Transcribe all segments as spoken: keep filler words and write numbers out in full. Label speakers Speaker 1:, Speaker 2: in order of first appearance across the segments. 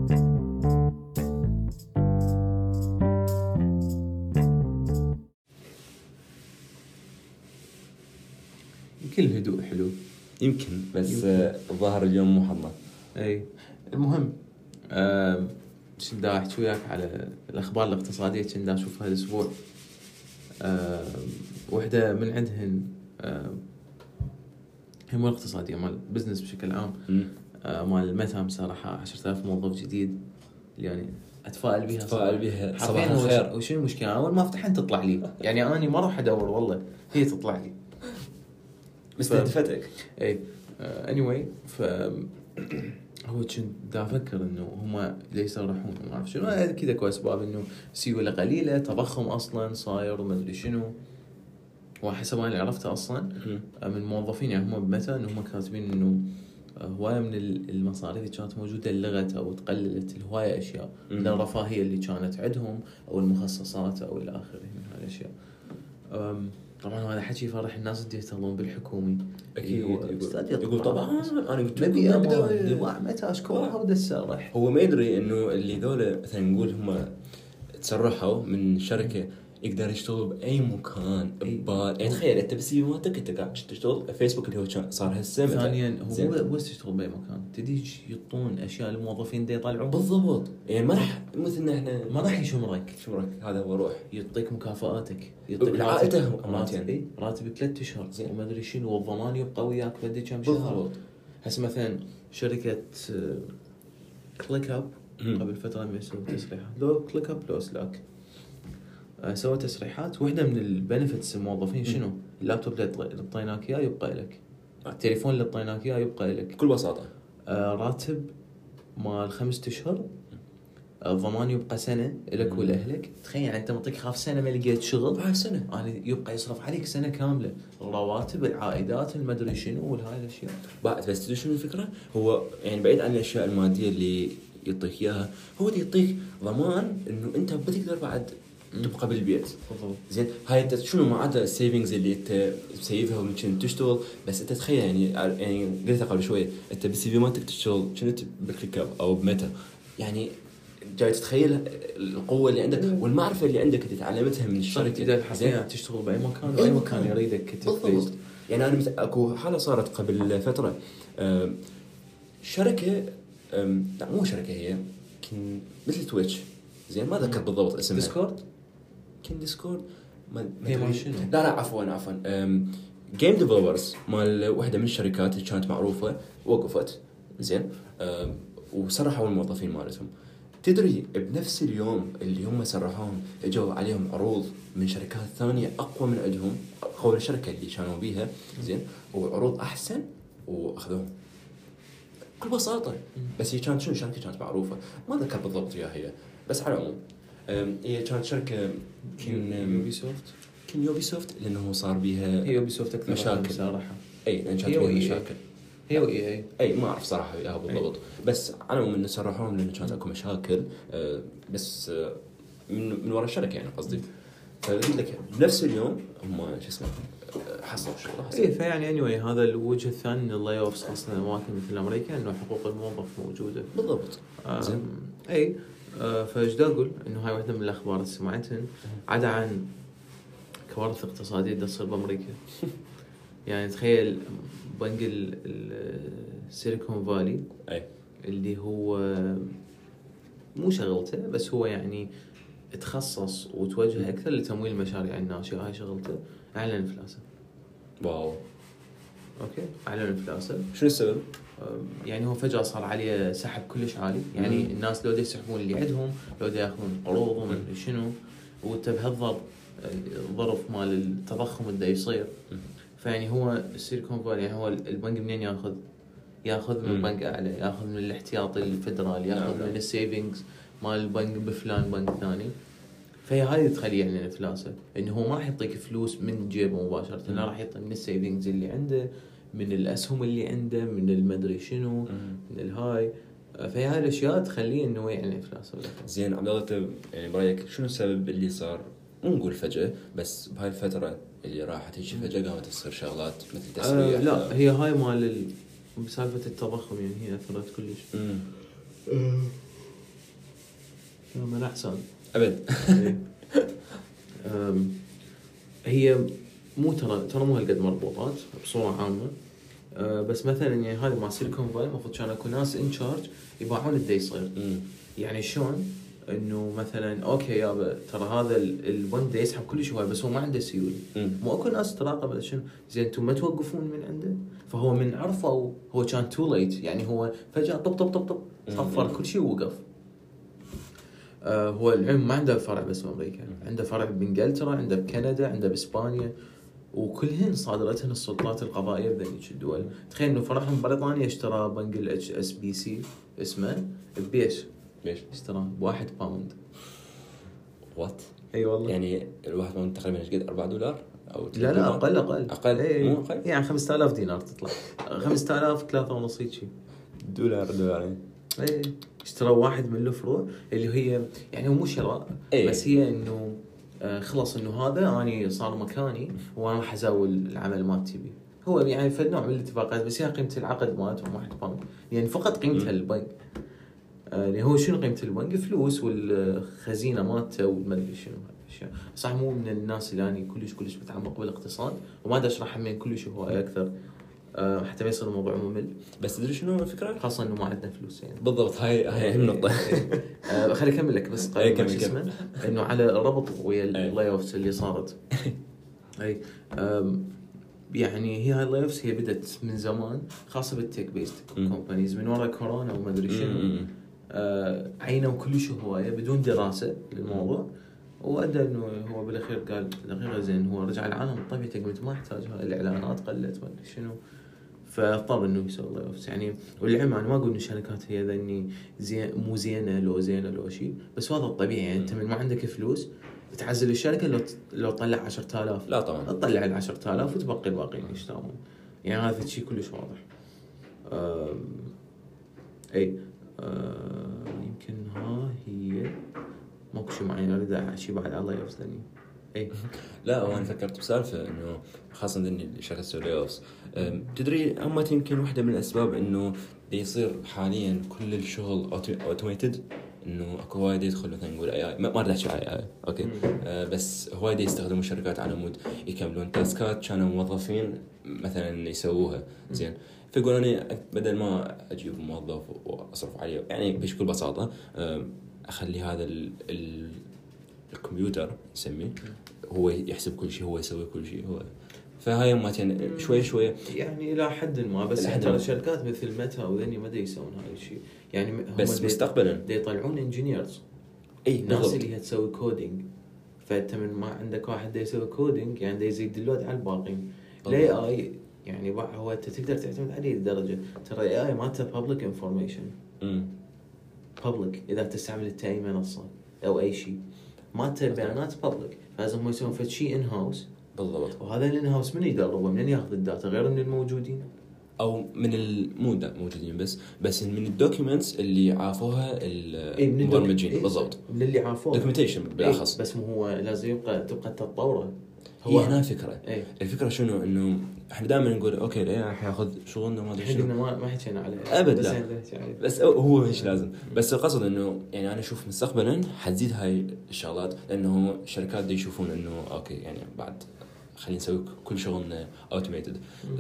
Speaker 1: يمكن الهدوء حلو
Speaker 2: يمكن بس الظاهر اليوم مو حظنا.
Speaker 1: اي المهم آه كنت دا احكي وياك على الاخبار الاقتصاديه كنت دا اشوفها الاسبوع. آه وحده من عندهن آه هي مو اقتصاديه مال بزنس بشكل عام. آه مال متى مسرحه عشرة آلاف موظف جديد يعني اتفائل بها
Speaker 2: اتفائل بها
Speaker 1: صباح الخير. وشنو المشكله اول ما افتح انت تطلع لي يعني انا ما اروح ادور والله هي تطلع لي
Speaker 2: مستهدفتك.
Speaker 1: اي اني واي ف هو كنت دا افكر انه هم ليش يصرحون ما اعرف شنو اكيد اكو اسباب انه سيوله قليله تضخم اصلا صاير وما ادري شنو. وحسب اللي عرفته اصلا من موظفين يعني هم بمتى انه هم كاتبين انه هوايه من المصاريف اللي كانت موجوده لغت او تقللت الهوايه اشياء من الرفاهيه اللي كانت عندهم او المخصصات او الى اخره من هاي الاشياء. طبعا هذا حكي يفرح الناس اللي يشتغلون بالحكومي
Speaker 2: اكيد. يقول, يقول طبعا انا قلت
Speaker 1: لكم نبي امان متى اشكرها وبدا تسرح.
Speaker 2: هو ما يدري انه اللي ذولا مثلا نقول هم تسرحوا من شركه يقدر يشتغل باي مكان ببال. يعني تخيل انت بسي مالتك انت قاعد تشتغل فيسبوك اللي هو صار هالسنه.
Speaker 1: ثانيا هو بس تشتغل باي مكان تدي يطون اشياء الموظفين دي يطلعون
Speaker 2: بالضبط. يعني ما راح مثلنا احنا
Speaker 1: ما راح يشمرك
Speaker 2: شمرك هذا هو روح
Speaker 1: يعطيك مكافآتك يعطيك
Speaker 2: عائلته
Speaker 1: راتب راتب ثلاث اشهر وما ادري شنو والضمان يبقى وياك بدي كم شهر. هسه مثلا شركه كليك اب قبل فتره ما يسوي تصريحات لو كليك اب لو سلاك سوى تصريحات. واحدة من البنفتس الموظفين شنو اللابتوب اللي طيناك اياه يبقى لك التليفون اللي طيناك اياه يبقى لك
Speaker 2: بكل بساطة.
Speaker 1: آه راتب مال خمسة اشهر الضمان يبقى سنة لك ولأهلك. تخيل يعني انت مطيك خاف سنة ما لقيت شغل
Speaker 2: بعد سنة
Speaker 1: يعني يبقى يصرف عليك سنة كاملة رواتب العائدات المدري شنو وهاي الاشياء
Speaker 2: بعد. بس تدري شنو الفكرة هو يعني بعيد عن الاشياء المادية اللي يعطيك اياها هو يعطيك ضمان انه انت بتقدر بعد تبقى بالبيت. زين هاي انت شنو ما عدا السيفنجز اللي انت تسيفها وممكن تشتغل. بس انت تخيل يعني يعني قلت قبل شويه انت بالسي في مالتك تشتغل شنو بكليك اب او بمتى يعني جاي تتخيل القوه اللي عندك والمعرفه اللي عندك اللي تعلمتها من الشركه.
Speaker 1: اذا حسيت تشتغل باي مكان باي مكان يريدك
Speaker 2: بالضبط. يعني انا مثل اكو حاله صارت قبل فتره شركه لا مو شركه هي كن مثل تويتش زين ما ذكرت بالضبط اسمها.
Speaker 1: ديسكورد
Speaker 2: كن ديسكورد ما
Speaker 1: هي ما شنو
Speaker 2: لا لا عفوا عفوا جيم ديفلوبرز مال واحده من الشركات اللي كانت معروفه وقفت زين وسرحوا الموظفين مالتهم. تدري بنفس اليوم اللي هم سرحوهم اجوا عليهم عروض من شركات ثانيه اقوى من عندهم قوي الشركه اللي كانوا بيها زين وعروض احسن واخذوهم بكل بساطه. بس هي كانت شنو شركه كانت معروفه ما ذكر بالضبط وياها هي بس على العموم هي كانت شركه
Speaker 1: كين يوبي سوفت
Speaker 2: كين يوبي سوفت لانه صار بيها
Speaker 1: هي يوبي سوفت اكثر
Speaker 2: مشاكل
Speaker 1: صراحه.
Speaker 2: اي لان كانت بيها مشاكل
Speaker 1: هي واي اي
Speaker 2: اي ما اعرف صراحه وياها بالضبط. بس على العموم انه سرحوهم لانه كانت اكو مشاكل أه بس أه من من وراء الشركه يعني قصدي. فقلت لك بنفس اليوم هم شو اسمه حصلوا شغل.
Speaker 1: اي فيعني اني anyway هذا الوجه الثاني من اللاي اوفس خاصه اماكن مثل امريكا انه حقوق الموظف موجوده
Speaker 2: بالضبط.
Speaker 1: زين اي أه فايش دا اقول انه هاي واحده من الاخبار اللي سمعتهن عدا عن كوارث اقتصاديه دا تصير بامريكا. يعني تخيل بنك السيليكون فالي
Speaker 2: اي
Speaker 1: اللي هو مو شغلته بس هو يعني تخصص وتوجه اكثر لتمويل المشاريع الناشئه هاي شغلته اعلن افلاسه.
Speaker 2: واو
Speaker 1: اوكي اعلن افلاسه.
Speaker 2: شنو السبب؟
Speaker 1: يعني هو فجاه صار عليه سحب كلش عالي يعني مم. الناس لو دا يسحبون اللي عندهم لو دا ياخذون قروض وما ادري شنو وانت بهالظرف ظرف مال التضخم اللي يصير. فيعني هو السيليكون فالي يعني هو البنك منين ياخذ ياخذ من بنك اعلى ياخذ من الاحتياطي الفدرالي ياخذ من السيفنجز مال البنك بفلان بنك ثاني. فهي هاي تخليه يعني افلاسه انه هو ما راح يعطيك فلوس من جيبه مباشره لا راح يعطي من السيفنجز اللي عنده من الاسهم اللي عنده من المدري شنو من الهاي. فهي هاي الاشياء تخليه انه يعني افلاسه.
Speaker 2: زين عبد الله يعني برايك شنو السبب اللي صار مو نقول فجاه بس بهاي الفتره اللي راحت هيك فجاه قامت تصير شغلات مثل تسريح؟
Speaker 1: أه لا هي هاي مال سالفه التضخم يعني هي اثرت كلش. من احسن
Speaker 2: ابد.
Speaker 1: أم، هي مو ترى ترى مو هالقد مربوطات بصوره عامه. أه، بس مثلا يعني هذه مع سيليكون فالي المفروض كان اكو ناس ان شارج يباعون الدي يصير. يعني شلون انه مثلا اوكي يابا ترى هذا الون دي يسحب كل شوي بس هو ما عنده سيوله. مو اكو ناس تراقب شنو زين انتم ما توقفون من عنده. فهو من عرفوا هو كان تو ليت يعني هو فجاه طب طب طب طب صفر كل شيء ووقف. آه هو العلم ما عنده فرع بس بامريكا، عنده فرع بانجلترا، عنده بكندا، عنده باسبانيا، وكلهن صادرتهن السلطات القضائيه بذيك الدول. تخيل انه فرعهم بريطانيا اشترى بنك الاتش اس بي سي اسمه بيش
Speaker 2: ليش؟
Speaker 1: اشتراه بواحد باوند.
Speaker 2: وات؟
Speaker 1: اي والله
Speaker 2: يعني الواحد باوند تقريبا ايش قد أربعة دولار او
Speaker 1: لا لا اقل اقل
Speaker 2: اقل
Speaker 1: اي
Speaker 2: مو اقل
Speaker 1: يعني خمسة آلاف دينار تطلع خمسة آلاف ثلاثة ونص هيك
Speaker 2: دولار دولارين.
Speaker 1: اي اشترى واحد من الفروع اللي هي يعني هو مو شراء
Speaker 2: أي.
Speaker 1: بس هي انه آه خلص انه هذا اني صار مكاني وانا راح ازاول العمل مالتي بيه. هو يعني في نوع من الاتفاقات بس هي قيمه العقد مالتهم واحد باوند يعني فقط قيمتها البنك. اللي آه هو شنو قيمه البنك؟ فلوس والخزينه مالته والمدري شنو هالاشياء. صح مو من الناس اللي اني كلش كلش متعمق بالاقتصاد وما ادري اشرح من كلش هواي اكثر أه حتى ما يصير الموضوع ممل.
Speaker 2: بس تدري شنو الفكره؟
Speaker 1: خاصه انه ما عندنا فلوس يعني.
Speaker 2: بالضبط هاي هاي اهم نقطه.
Speaker 1: أه خلي اكمل لك بس
Speaker 2: أي
Speaker 1: قبل
Speaker 2: كمل
Speaker 1: شو اسمه انه على ربط ويا اللاي اوفز اللي صارت. اي يعني هي هاي اللاي اوفز هي بدت من زمان خاصه بالتك بيست كومبانيز من وراء كورونا وما ادري شنو. أه عينوا كلش هوايه بدون دراسه للموضوع وادى انه هو بالاخير قال دقيقه زين هو رجع العالم الطبيعي تقمت ما يحتاج الاعلانات قلت ما ادري شنو فاضطر انه يسوي لاي اوفز يعني. والعلم انا ما اقول ان الشركات هي ذني زين مو زينه لو زينه لو شيء بس هذا الطبيعي يعني انت من ما عندك فلوس تعزل الشركه لو لو طلع عشرة آلاف
Speaker 2: لا طبعا
Speaker 1: تطلع ال عشرة آلاف وتبقي الباقيين يشتغلون يعني هذا الشيء كلش واضح. اي أم يمكن ها هي ماكو شيء معين اريد شيء بعد على لاي اوفز ذني. اي
Speaker 2: لا وانا فكرت بسالفه انه خاصه اني الشركه تسوي لاي اوفز تدري هم يمكن واحده من الاسباب انه يصير حاليا كل الشغل اوتوميتد انه اكو وايد يدخل مثلا نقول اي اي ما اريد احكي على اي اي اوكي آه بس هوايد يستخدموا الشركات على مود يكملون تاسكات كانوا موظفين مثلا يسووها زين فيقول انا بدل ما اجيب موظف واصرف عليه يعني بكل بساطه آه اخلي هذا ال ال الكمبيوتر نسميه هو يحسب كل شيء هو يسوي كل شيء هو. فهاي ماتين شوي شوي
Speaker 1: يعني الى حد ما بس حتى الشركات مثل ميتا او ذني ما دا يسوون هاي الشيء يعني
Speaker 2: بس مستقبلا
Speaker 1: دا يطلعون انجينيرز
Speaker 2: اي
Speaker 1: الناس اللي هي تسوي كودينج. فانت من ما عندك واحد دا يسوي كودينج يعني دا يزيد اللود على الباقين. الاي اي يعني هو انت تقدر تعتمد عليه لدرجه ترى الاي اي مالته بابليك انفورميشن بابليك اذا تستعمل اي منصه او اي شيء مالته بيانات بابليك فلازم هم يسوون فد شيء ان هاوس.
Speaker 2: بالضبط.
Speaker 1: وهذا الان هاوس من يدربه من ياخذ الداتا غير من الموجودين
Speaker 2: او من المو موجودين بس بس من الدوكيومنتس اللي عافوها المبرمجين.
Speaker 1: إيه
Speaker 2: بالضبط
Speaker 1: من اللي عافوها
Speaker 2: دوكيومنتيشن بالاخص.
Speaker 1: إيه بس مو هو لازم يبقى تبقى تتطوره.
Speaker 2: هو هنا فكره
Speaker 1: إيه؟
Speaker 2: الفكره شنو انه احنا دائما نقول اوكي الاي راح ياخذ شغلنا ما ادري
Speaker 1: شنو ما ما حكينا عليه
Speaker 2: ابد
Speaker 1: بس,
Speaker 2: لا. بس هو ايش لازم بس القصد انه يعني انا اشوف مستقبلا حتزيد هاي الشغلات لانه الشركات دي يشوفون انه اوكي يعني بعد خلينا نسوي كل شغلنا اوتوميتد.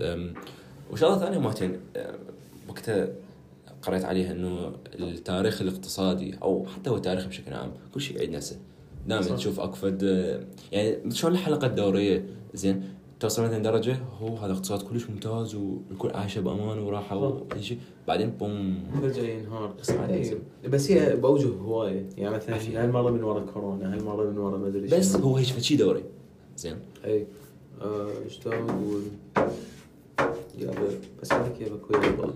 Speaker 2: وشغله ثانيه ماتين وقتها قرأت عليها انه التاريخ الاقتصادي او حتى هو التاريخ بشكل عام كل شيء يعيد نفسه دائما تشوف اكفد يعني شلون الحلقه الدوريه زين توصل مثلا درجه هو هذا اقتصاد كلش ممتاز والكل عايشه بامان وراحه وكل شيء بعدين بوم
Speaker 1: رجع ينهار. أيه. بس هي باوجه هوايه يعني مثلا هالمره من ورا كورونا هالمره من ورا ما ادري
Speaker 2: بس هو هيك شيء دوري زين.
Speaker 1: اي ايش آه اقول يا بس عليك يا بكوي الباب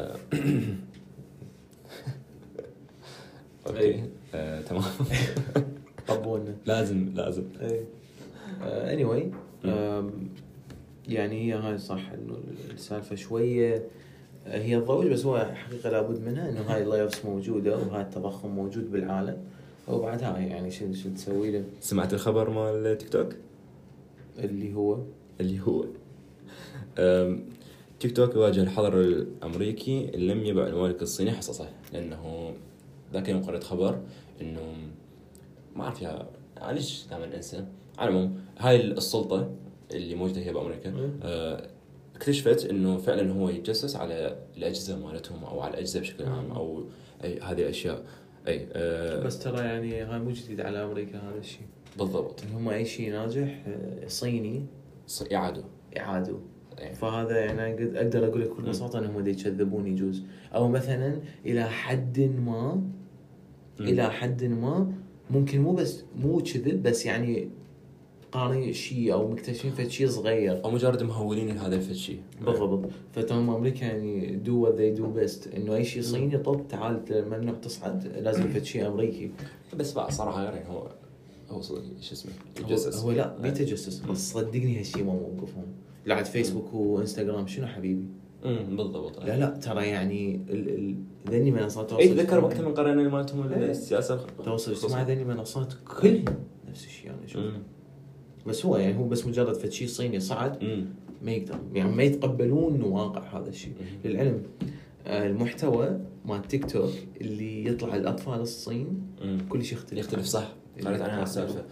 Speaker 2: اوكي آه، تمام
Speaker 1: طبونا
Speaker 2: لازم لازم
Speaker 1: اي اني واي يعني هي هاي صح انه السالفه شويه هي الضوج بس هو حقيقه لابد منها انه هاي اللايفز موجوده وهاي التضخم موجود بالعالم وبعد هاي يعني شو شو تسوي له.
Speaker 2: سمعت الخبر مال تيك توك
Speaker 1: اللي هو
Speaker 2: اللي هو تيك توك يواجه الحظر الامريكي ان لم يبع المالك الصيني حصصه لانه ذاك يوم قرأت خبر إنه ما أعرف يا ليش دائما أنسى. على العموم هاي السلطة اللي موجودة هي بأمريكا آه اكتشفت إنه فعلا هو يتجسس على الأجهزة مالتهم أو على الأجهزة بشكل عام أو أي هذه الأشياء. أي آه
Speaker 1: بس ترى يعني هاي مو جديد على أمريكا هذا الشيء.
Speaker 2: بالضبط.
Speaker 1: هم أي شيء ناجح صيني
Speaker 2: يعادوا
Speaker 1: يعادوا. فهذا يعني قد أقدر أقول لك بكل بساطة أنهم دي يكذبون يجوز أو مثلا إلى حد ما م. إلى حد ما ممكن مو بس مو كذب بس يعني قاري شيء أو مكتشفين في شيء صغير
Speaker 2: أو مجرد مهولين هذا الشيء.
Speaker 1: بالضبط. فتهم أمريكا يعني do what they do best إنه أي شيء صيني طب تعال ممنوع تصعد لازم في شيء أمريكي.
Speaker 2: بس بقى صراحة يعني هو هو صدق إيش اسمه
Speaker 1: يتجسس. هو, هو لا بيتجسس بس صدقني هالشيء ما موقفهم. لعد فيسبوك وإنستغرام شنو حبيبي.
Speaker 2: امم بالضبط.
Speaker 1: لا لا ترى يعني ال ال ذني منصات
Speaker 2: تواصل. اي تذكر وقت من قرينا مالتهم السياسة
Speaker 1: تواصل اجتماعي ذني منصات كلهم نفس الشيء انا اشوف. بس هو يعني هو بس مجرد فد شيء صيني صعد مم. ما يقدر يعني ما يتقبلون واقع هذا الشيء. للعلم المحتوى مال تيك توك اللي يطلع للاطفال الصين مم. كل شيء يختلف
Speaker 2: يختلف صح. قرأت عنها السالفة.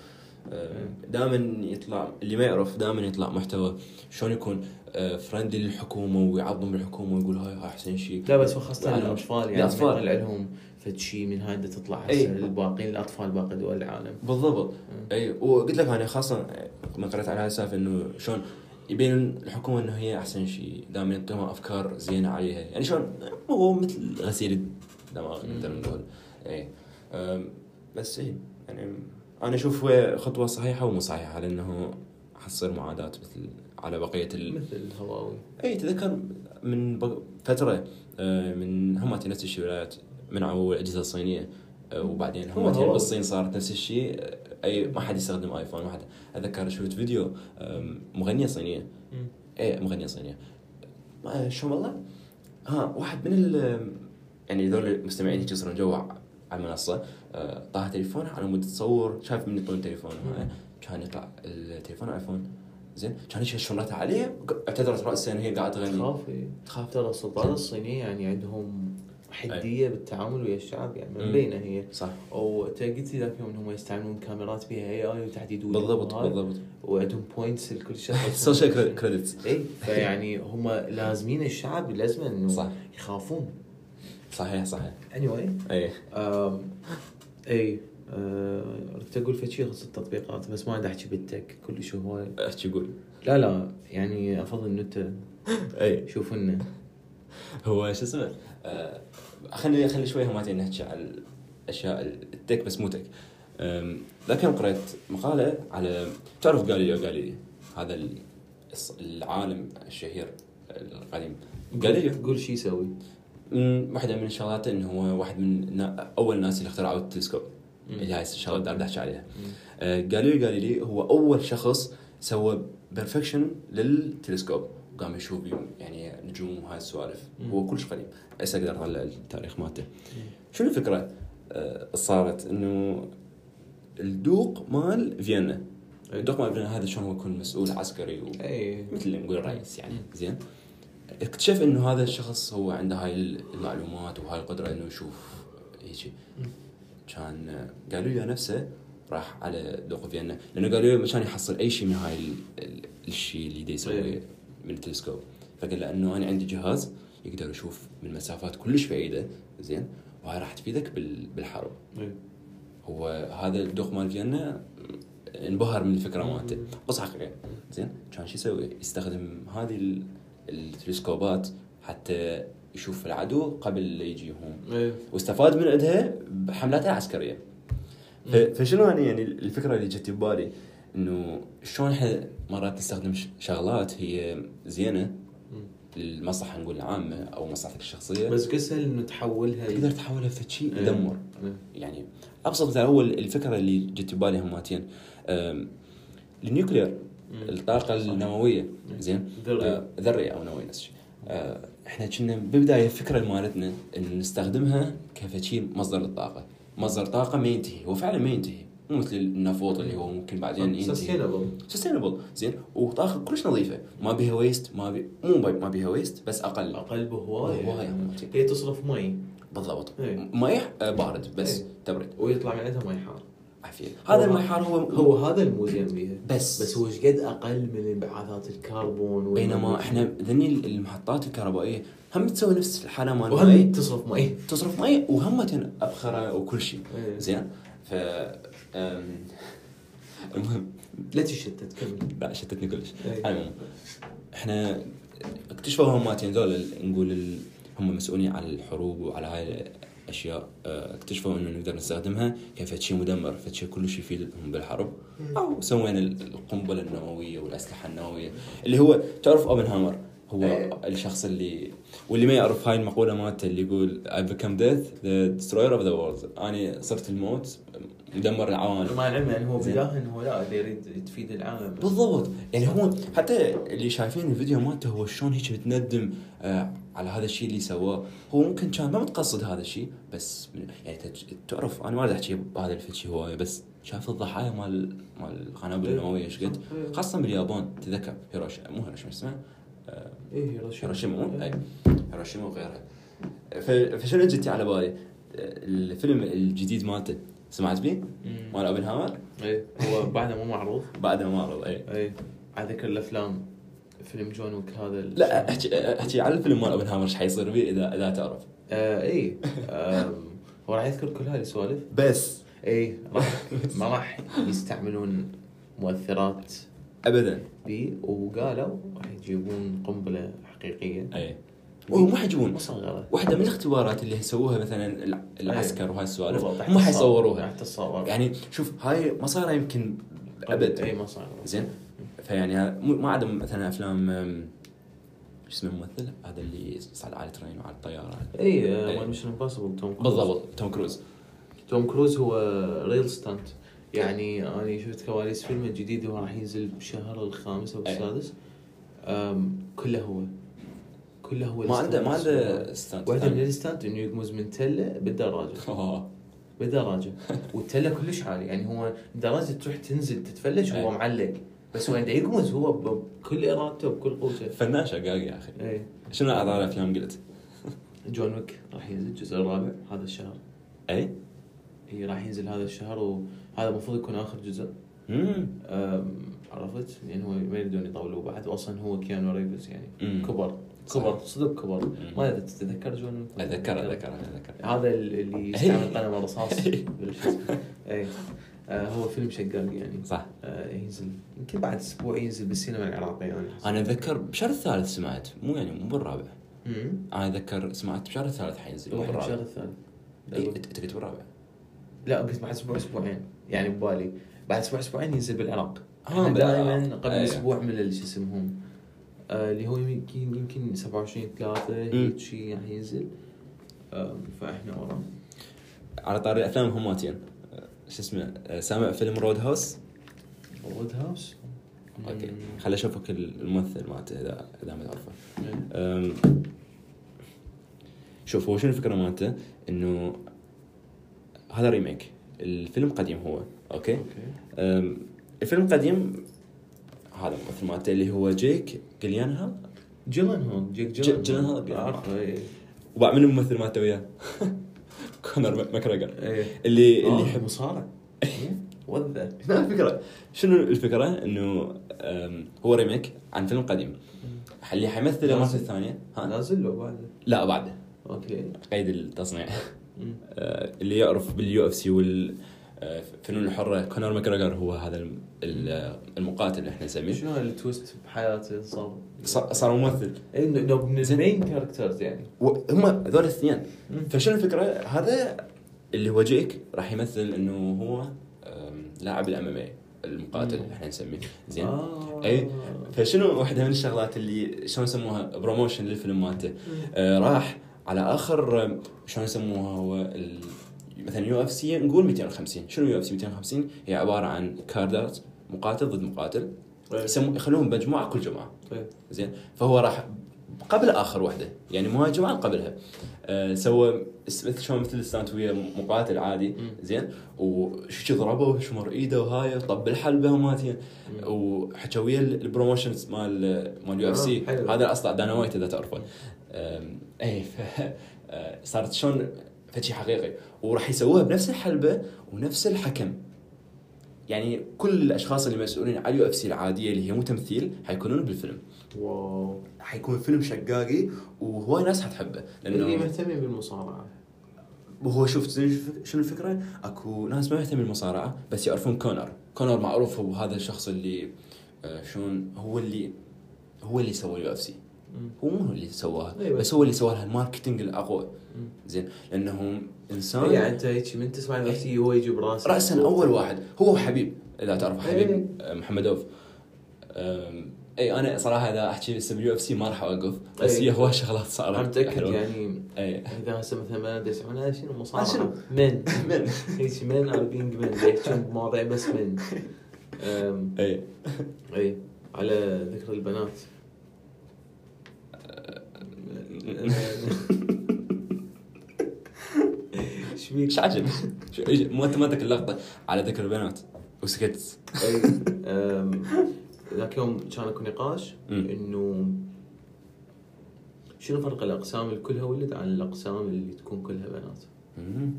Speaker 2: دائما يطلع اللي ما يعرف دائما يطلع محتوى شلون يكون فرندلي للحكومة ويعظم الحكومة ويقول هاي احسن شيء.
Speaker 1: لا بس خاصة الاطفال يعني الاطفال لهم فد شيء من هاي تطلع هسه الباقين الاطفال باقي دول العالم.
Speaker 2: بالضبط. اي وقلت لك انا خاصة ما قرأت على هالسالفة انه شلون يبين الحكومة انه هي احسن شيء دائما يعطيهم افكار زينة عليها يعني شلون هو مثل غسيل الدماغ نقدر نقول. اي بس ايه يعني أنا أشوف هو خطوة صحيحة ومو صحيحة لأنه حتصير معاداة مثل على بقية ال...
Speaker 1: مثل الهواوي.
Speaker 2: أي تذكر من فترة من هم نفس الشيء ولايات منعوا الأجهزة الصينية وبعدين هم بالصين صارت نفس الشيء أي ما حد يستخدم آيفون ما حد. أذكر شفت فيديو مغنية صينية إيه مغنية صينية ما شو والله ها واحد من ال يعني ذول المستمعين يجلسون جوا على المنصة طاح تليفونه على مود تصور شاف من يطون تليفونه كان يطلع التليفون آيفون زين كان يشيل شنطته عليه اعتذرت رأسها إنه هي قاعدة تغني.
Speaker 1: تخاف تخاف ترى السلطات الصينية يعني عندهم حدية بالتعامل ويا الشعب يعني من بينه هي
Speaker 2: صح.
Speaker 1: أو تقلتي ذاك يوم إنهم يستعملون كاميرات بها إيه آي وتحديد
Speaker 2: بالضبط بالضبط
Speaker 1: وعندهم بوينتس لكل شخص
Speaker 2: سوشيال كريديتس.
Speaker 1: إيه فيعني هم لازمين الشعب لازم إنه
Speaker 2: صح.
Speaker 1: يخافون.
Speaker 2: صحيح صحيح.
Speaker 1: anyway
Speaker 2: أي
Speaker 1: أم أي رحت أقول في شيء خصوص التطبيقات بس ما عندي أحكي بالتك كل شيء هو
Speaker 2: أحكي قول.
Speaker 1: لا لا يعني أفضل إنه أنت
Speaker 2: أي
Speaker 1: شوف إنه
Speaker 2: هو شو اسمه آه خلني خلني شوي هماتين نحكي على الأشياء التك بس مو تك. لكن قرأت مقالة على تعرف غاليليو غاليلي هذا العالم الشهير القديم. غاليليو
Speaker 1: قول شيء يسوي.
Speaker 2: واحدة من الشغلات إنه هو واحد من أول ناس اللي اخترعوا التلسكوب اللي هاي الشغلة اللي دار نحكي عليها. غاليليو غاليلي هو أول شخص سوى بيرفكشن للتلسكوب وقام يشوف يعني نجوم وهاي السوالف. هو كلش قديم بس أقدر أطلع التاريخ مالته. شو الفكرة صارت إنه الدوق مال فيينا الدوق مال فيينا هذا شلون هو يكون مسؤول عسكري مثل اللي نقول رئيس يعني زين. اكتشف إنه هذا الشخص هو عنده هاي المعلومات وهاي القدرة إنه يشوف هيك. كان قالوا له نفسه راح على دوق فيينا لأنه قالوا له مشان يحصل أي شيء من هاي الشيء اللي دا يسويه من التلسكوب. فقال له إنه أنا عندي جهاز يقدر يشوف من مسافات كلش بعيدة زين وهاي راح تفيدك بالحرب. هو هذا الدوق مال فيينا انبهر من الفكرة مالته قصة حقيقية زين. كان شو يسوي يستخدم هذه التلسكوبات حتى يشوف العدو قبل لا يجيهم
Speaker 1: أيه.
Speaker 2: واستفاد من عندها بحملاته العسكرية. فشنو يعني يعني الفكرة اللي جت ببالي إنه شلون إحنا مرات نستخدم شغلات هي زينة للمصلحة نقول العامة أو مصلحتك الشخصية
Speaker 1: بس كسهل إنه تحولها
Speaker 2: تقدر تحولها في شيء يدمر. أيه. يعني أبسط مثال أول الفكرة اللي جت ببالي هماتين النيوكلير الطاقة النووية زين ذرية أو نووية نفس الشيء. احنا كنا ببداية الفكرة مالتنا ان نستخدمها كفتشي مصدر للطاقة مصدر طاقة ما ينتهي. هو فعلا ما ينتهي مو مثل النفط اللي هو ممكن بعدين ينتهي.
Speaker 1: sustainable
Speaker 2: sustainable زين وطاقة كلش نظيفة ما بيها ويست ما بي مو ما بيها ويست بس اقل
Speaker 1: اقل بهواية
Speaker 2: بهواية
Speaker 1: هي تصرف مي
Speaker 2: بالضبط
Speaker 1: إيه.
Speaker 2: ماي آه، بارد بس
Speaker 1: إيه.
Speaker 2: تبرد
Speaker 1: ويطلع من عندها ماي حار.
Speaker 2: عافيه. هذا الماي حار هو
Speaker 1: هو هذا المو زين بيها،
Speaker 2: بس
Speaker 1: بس هو ايش قد اقل من انبعاثات الكربون.
Speaker 2: بينما احنا ذني المحطات الكهربائيه هم تسوي نفس الحاله مال
Speaker 1: وهم
Speaker 2: الماي،
Speaker 1: تصرف ماي
Speaker 2: تصرف ماي وهم ابخره وكل شيء.
Speaker 1: إيه.
Speaker 2: زين ف أم... المهم
Speaker 1: لا تشتت كمل.
Speaker 2: لا شتتني كلش.
Speaker 1: إيه.
Speaker 2: المهم احنا اكتشفوا هماتين ذول نقول ال... هم مسؤولين عن الحروب وعلى هاي الاشياء. اكتشفوا انه نقدر نستخدمها كيف شيء مدمر، فشيء كلش يفيدهم بالحرب. او سوينا القنبله النوويه والاسلحه النوويه اللي هو تعرف اوبنهايمر هو
Speaker 1: أيه.
Speaker 2: الشخص اللي واللي ما يعرف هاي المقوله مالته اللي يقول I become death the destroyer of the world، انا صرت الموت مدمر العوالم.
Speaker 1: ما العلم يعني هو بداه انه لا يريد تفيد العالم.
Speaker 2: بالضبط. يعني هو حتى اللي شايفين الفيديو مالته هو شلون هيك متندم آه على هذا الشيء اللي سواه. هو ممكن كان ما متقصد هذا الشيء، بس يعني تعرف انا ما راح احكي بهذا الفيديو هوايه، بس شاف الضحايا مال مال القنابل النوويه ايش قد، خاصه باليابان. تذكر هيروشيما مو هيروشيما اسمها آه
Speaker 1: ايه هيروشيما
Speaker 2: هيروشيما اي هيروشيما وغيرها. فشنو جتي على بالي الفيلم الجديد مالته سمعت بيه مال اوبنهايمر.
Speaker 1: ايه هو بعده مو معروض.
Speaker 2: بعده ما معروض. اي
Speaker 1: اي على ذكر الافلام فيلم جون ويك هذا.
Speaker 2: لا احكي احكي على الفيلم مال اوبنهايمر ايش حيصير بيه اذا اذا تعرف.
Speaker 1: آه ايه هو راح يذكر كل هاي السوالف
Speaker 2: بس
Speaker 1: ايه راح ما راح يستعملون مؤثرات
Speaker 2: ابدا
Speaker 1: بي، وقالوا راح يجيبون قنبله حقيقيه.
Speaker 2: اي وهم حيجيبون
Speaker 1: مصغره
Speaker 2: واحده من الاختبارات اللي يسووها مثلا العسكر وهاي السوالف
Speaker 1: هم
Speaker 2: هم حيصوروها.
Speaker 1: تحت الصور
Speaker 2: يعني شوف هاي ما صار يمكن ابد.
Speaker 1: اي ما صار
Speaker 2: زين. فيعني ما عدا مثلا افلام شو اسمه الممثل هذا اللي صعد على الترين وعلى الطياره.
Speaker 1: اي مال ميشن امبوسيبل توم كروز.
Speaker 2: بالضبط توم كروز.
Speaker 1: توم كروز هو ريل ستانت. يعني انا شفت كواليس فيلم الجديد وهو راح ينزل بشهر الخامس او السادس. كله هو كله هو
Speaker 2: ما عنده ما عنده ستانت.
Speaker 1: واحده من الستانت انه يقمز من تله بالدراجه بالدراجه والتله كلش عالي. يعني هو الدراجه تروح تنزل تتفلش وهو معلق، بس هو عنده يقمز هو بكل ارادته بكل قوته.
Speaker 2: فنان شقاق يا اخي.
Speaker 1: اي
Speaker 2: شنو اعطى افلام قلت؟
Speaker 1: جون ويك راح ينزل الجزء الرابع هذا الشهر.
Speaker 2: اي
Speaker 1: اي راح ينزل هذا الشهر، وهذا المفروض يكون اخر جزء.
Speaker 2: امم
Speaker 1: عرفت يعني هو ما يريدون يطولوا بعد، اصلا هو كيانو ريفز يعني
Speaker 2: مم.
Speaker 1: كبر كبر صدق كبر.
Speaker 2: مم.
Speaker 1: ما ادري تتذكر جون ويك؟
Speaker 2: اتذكر اتذكر اتذكر
Speaker 1: هذا اللي يستعمل قلم الرصاص. اي آه هو فيلم شقاق يعني.
Speaker 2: صح.
Speaker 1: آه ينزل يمكن بعد اسبوع ينزل بالسينما العراقيه يعني.
Speaker 2: انا اتذكر بشهر الثالث سمعت، مو يعني مو بالرابع.
Speaker 1: امم
Speaker 2: انا اتذكر سمعت بشهر الثالث حينزل مو
Speaker 1: بالرابع.
Speaker 2: بالرابع.
Speaker 1: بشهر الثالث.
Speaker 2: اي انت قلت بالرابع.
Speaker 1: لا قلت بعد اسبوع اسبوعين يعني ببالي بعد اسبوع اسبوعين ينزل بالعراق.
Speaker 2: اه
Speaker 1: دائما قبل
Speaker 2: أيه.
Speaker 1: اسبوع من شو اسمهم آه اللي هو يمكن يمكن سبعة وعشرين ثلاثة هيك شيء يعني ينزل. آه فاحنا ورا.
Speaker 2: على طاري الافلام هماتين شو اسمه سامع فيلم رود هاوس؟
Speaker 1: رود هاوس
Speaker 2: اوكي خلي اشوفك الممثل مالته اذا اذا ما تعرفه. شوف هو شنو الفكره مالته، انه هذا ريميك الفيلم قديم هو اوكي, أوكي. الفيلم قديم هذا الممثل مالته اللي هو جيك جيليانهال
Speaker 1: جيلنهال جيك
Speaker 2: جيلنهال
Speaker 1: عارفه. اي
Speaker 2: وبعد من الممثل مالته وياه كونر ماكراغر
Speaker 1: ايه.
Speaker 2: اللي
Speaker 1: آه
Speaker 2: اللي يحب
Speaker 1: مصارع وذا.
Speaker 2: شنو الفكره شنو الفكره انه هو ريميك عن فيلم قديم اللي حيمثل المره الثانيه.
Speaker 1: ها نازل له بعده؟
Speaker 2: لا بعده.
Speaker 1: اوكي
Speaker 2: قيد التصنيع. آه اللي يعرف باليو اف سي وال فنون الحرة كونر ماكراغر هو هذا المقاتل اللي احنا نسميه.
Speaker 1: شنو التويست بحياته صار؟
Speaker 2: صار ممثل.
Speaker 1: اي انه من المين كاركترز يعني.
Speaker 2: هم هذول الاثنين. فشنو الفكرة هذا اللي هو جيك راح يمثل انه هو لاعب الام ام اي المقاتل اللي احنا نسميه زين.
Speaker 1: آه.
Speaker 2: اي فشنو واحدة من الشغلات اللي شلون يسموها بروموشن للفيلم مالته آه راح على اخر شلون يسموها هو مثلا يو اف سي نقول مئتين وخمسين. شنو يو اف سي مئتين وخمسين؟ هي عباره عن كاردات مقاتل ضد مقاتل يسموا يخلوهم مجموعه كل جماعه زين. فهو راح قبل اخر وحده يعني مو هاي الجماعه قبلها أه سوى مثل شلون مثل ستانت ويا مقاتل عادي زين وشو ضربه وشمر ايده وهاي طب الحلبه وماتين وحكى ويا البروموشنز مال مال يو اف سي. هذا اصلا دانا وايت اذا تعرفون. اي آه صارت شلون فشي حقيقي، وراح يسووها بنفس الحلبة ونفس الحكم. يعني كل الاشخاص اللي مسؤولين على اليو اف سي العاديه اللي هي مو تمثيل حيكونون بالفيلم.
Speaker 1: واو،
Speaker 2: حيكون فيلم شقاقي وهواي ناس حتحبه
Speaker 1: اللي
Speaker 2: لانه
Speaker 1: مهتمين بالمصارعه.
Speaker 2: وهو شوف شنو الفكره، اكو ناس ما يهتمون بالمصارعه بس يعرفون كونر. كونر معروف هو هذا الشخص اللي آه شلون هو اللي هو اللي سوى اليو اف سي، هو مو اللي سواها بس هو اللي سوى لها الماركتينج الاقوى. زين لانه انسان
Speaker 1: يعني انت هيك من تسمع اليو اف سي هو يجي براسك
Speaker 2: راسا اول واحد هو حبيب. اذا تعرف حبيب محمدوف، اي انا صراحه اذا احكي باسم اليو اف سي ما راح اوقف، بس هي هو شغلات صارت.
Speaker 1: انا متاكد يعني
Speaker 2: اي
Speaker 1: اذا هسه مثلا ما ادري يسمونها شنو مصارعه من
Speaker 2: من
Speaker 1: هيك من ار بينج من يحكون بمواضيع بس من
Speaker 2: اي
Speaker 1: اي على ذكر البنات. ايش بيك؟
Speaker 2: ايش عجب؟ مو انت ما ذاك اللقطه على ذكر البنات وسكت.
Speaker 1: اي ذاك يوم كان اكو نقاش انه شنو فرق الاقسام اللي كلها ولد عن الاقسام اللي تكون كلها بنات.
Speaker 2: امم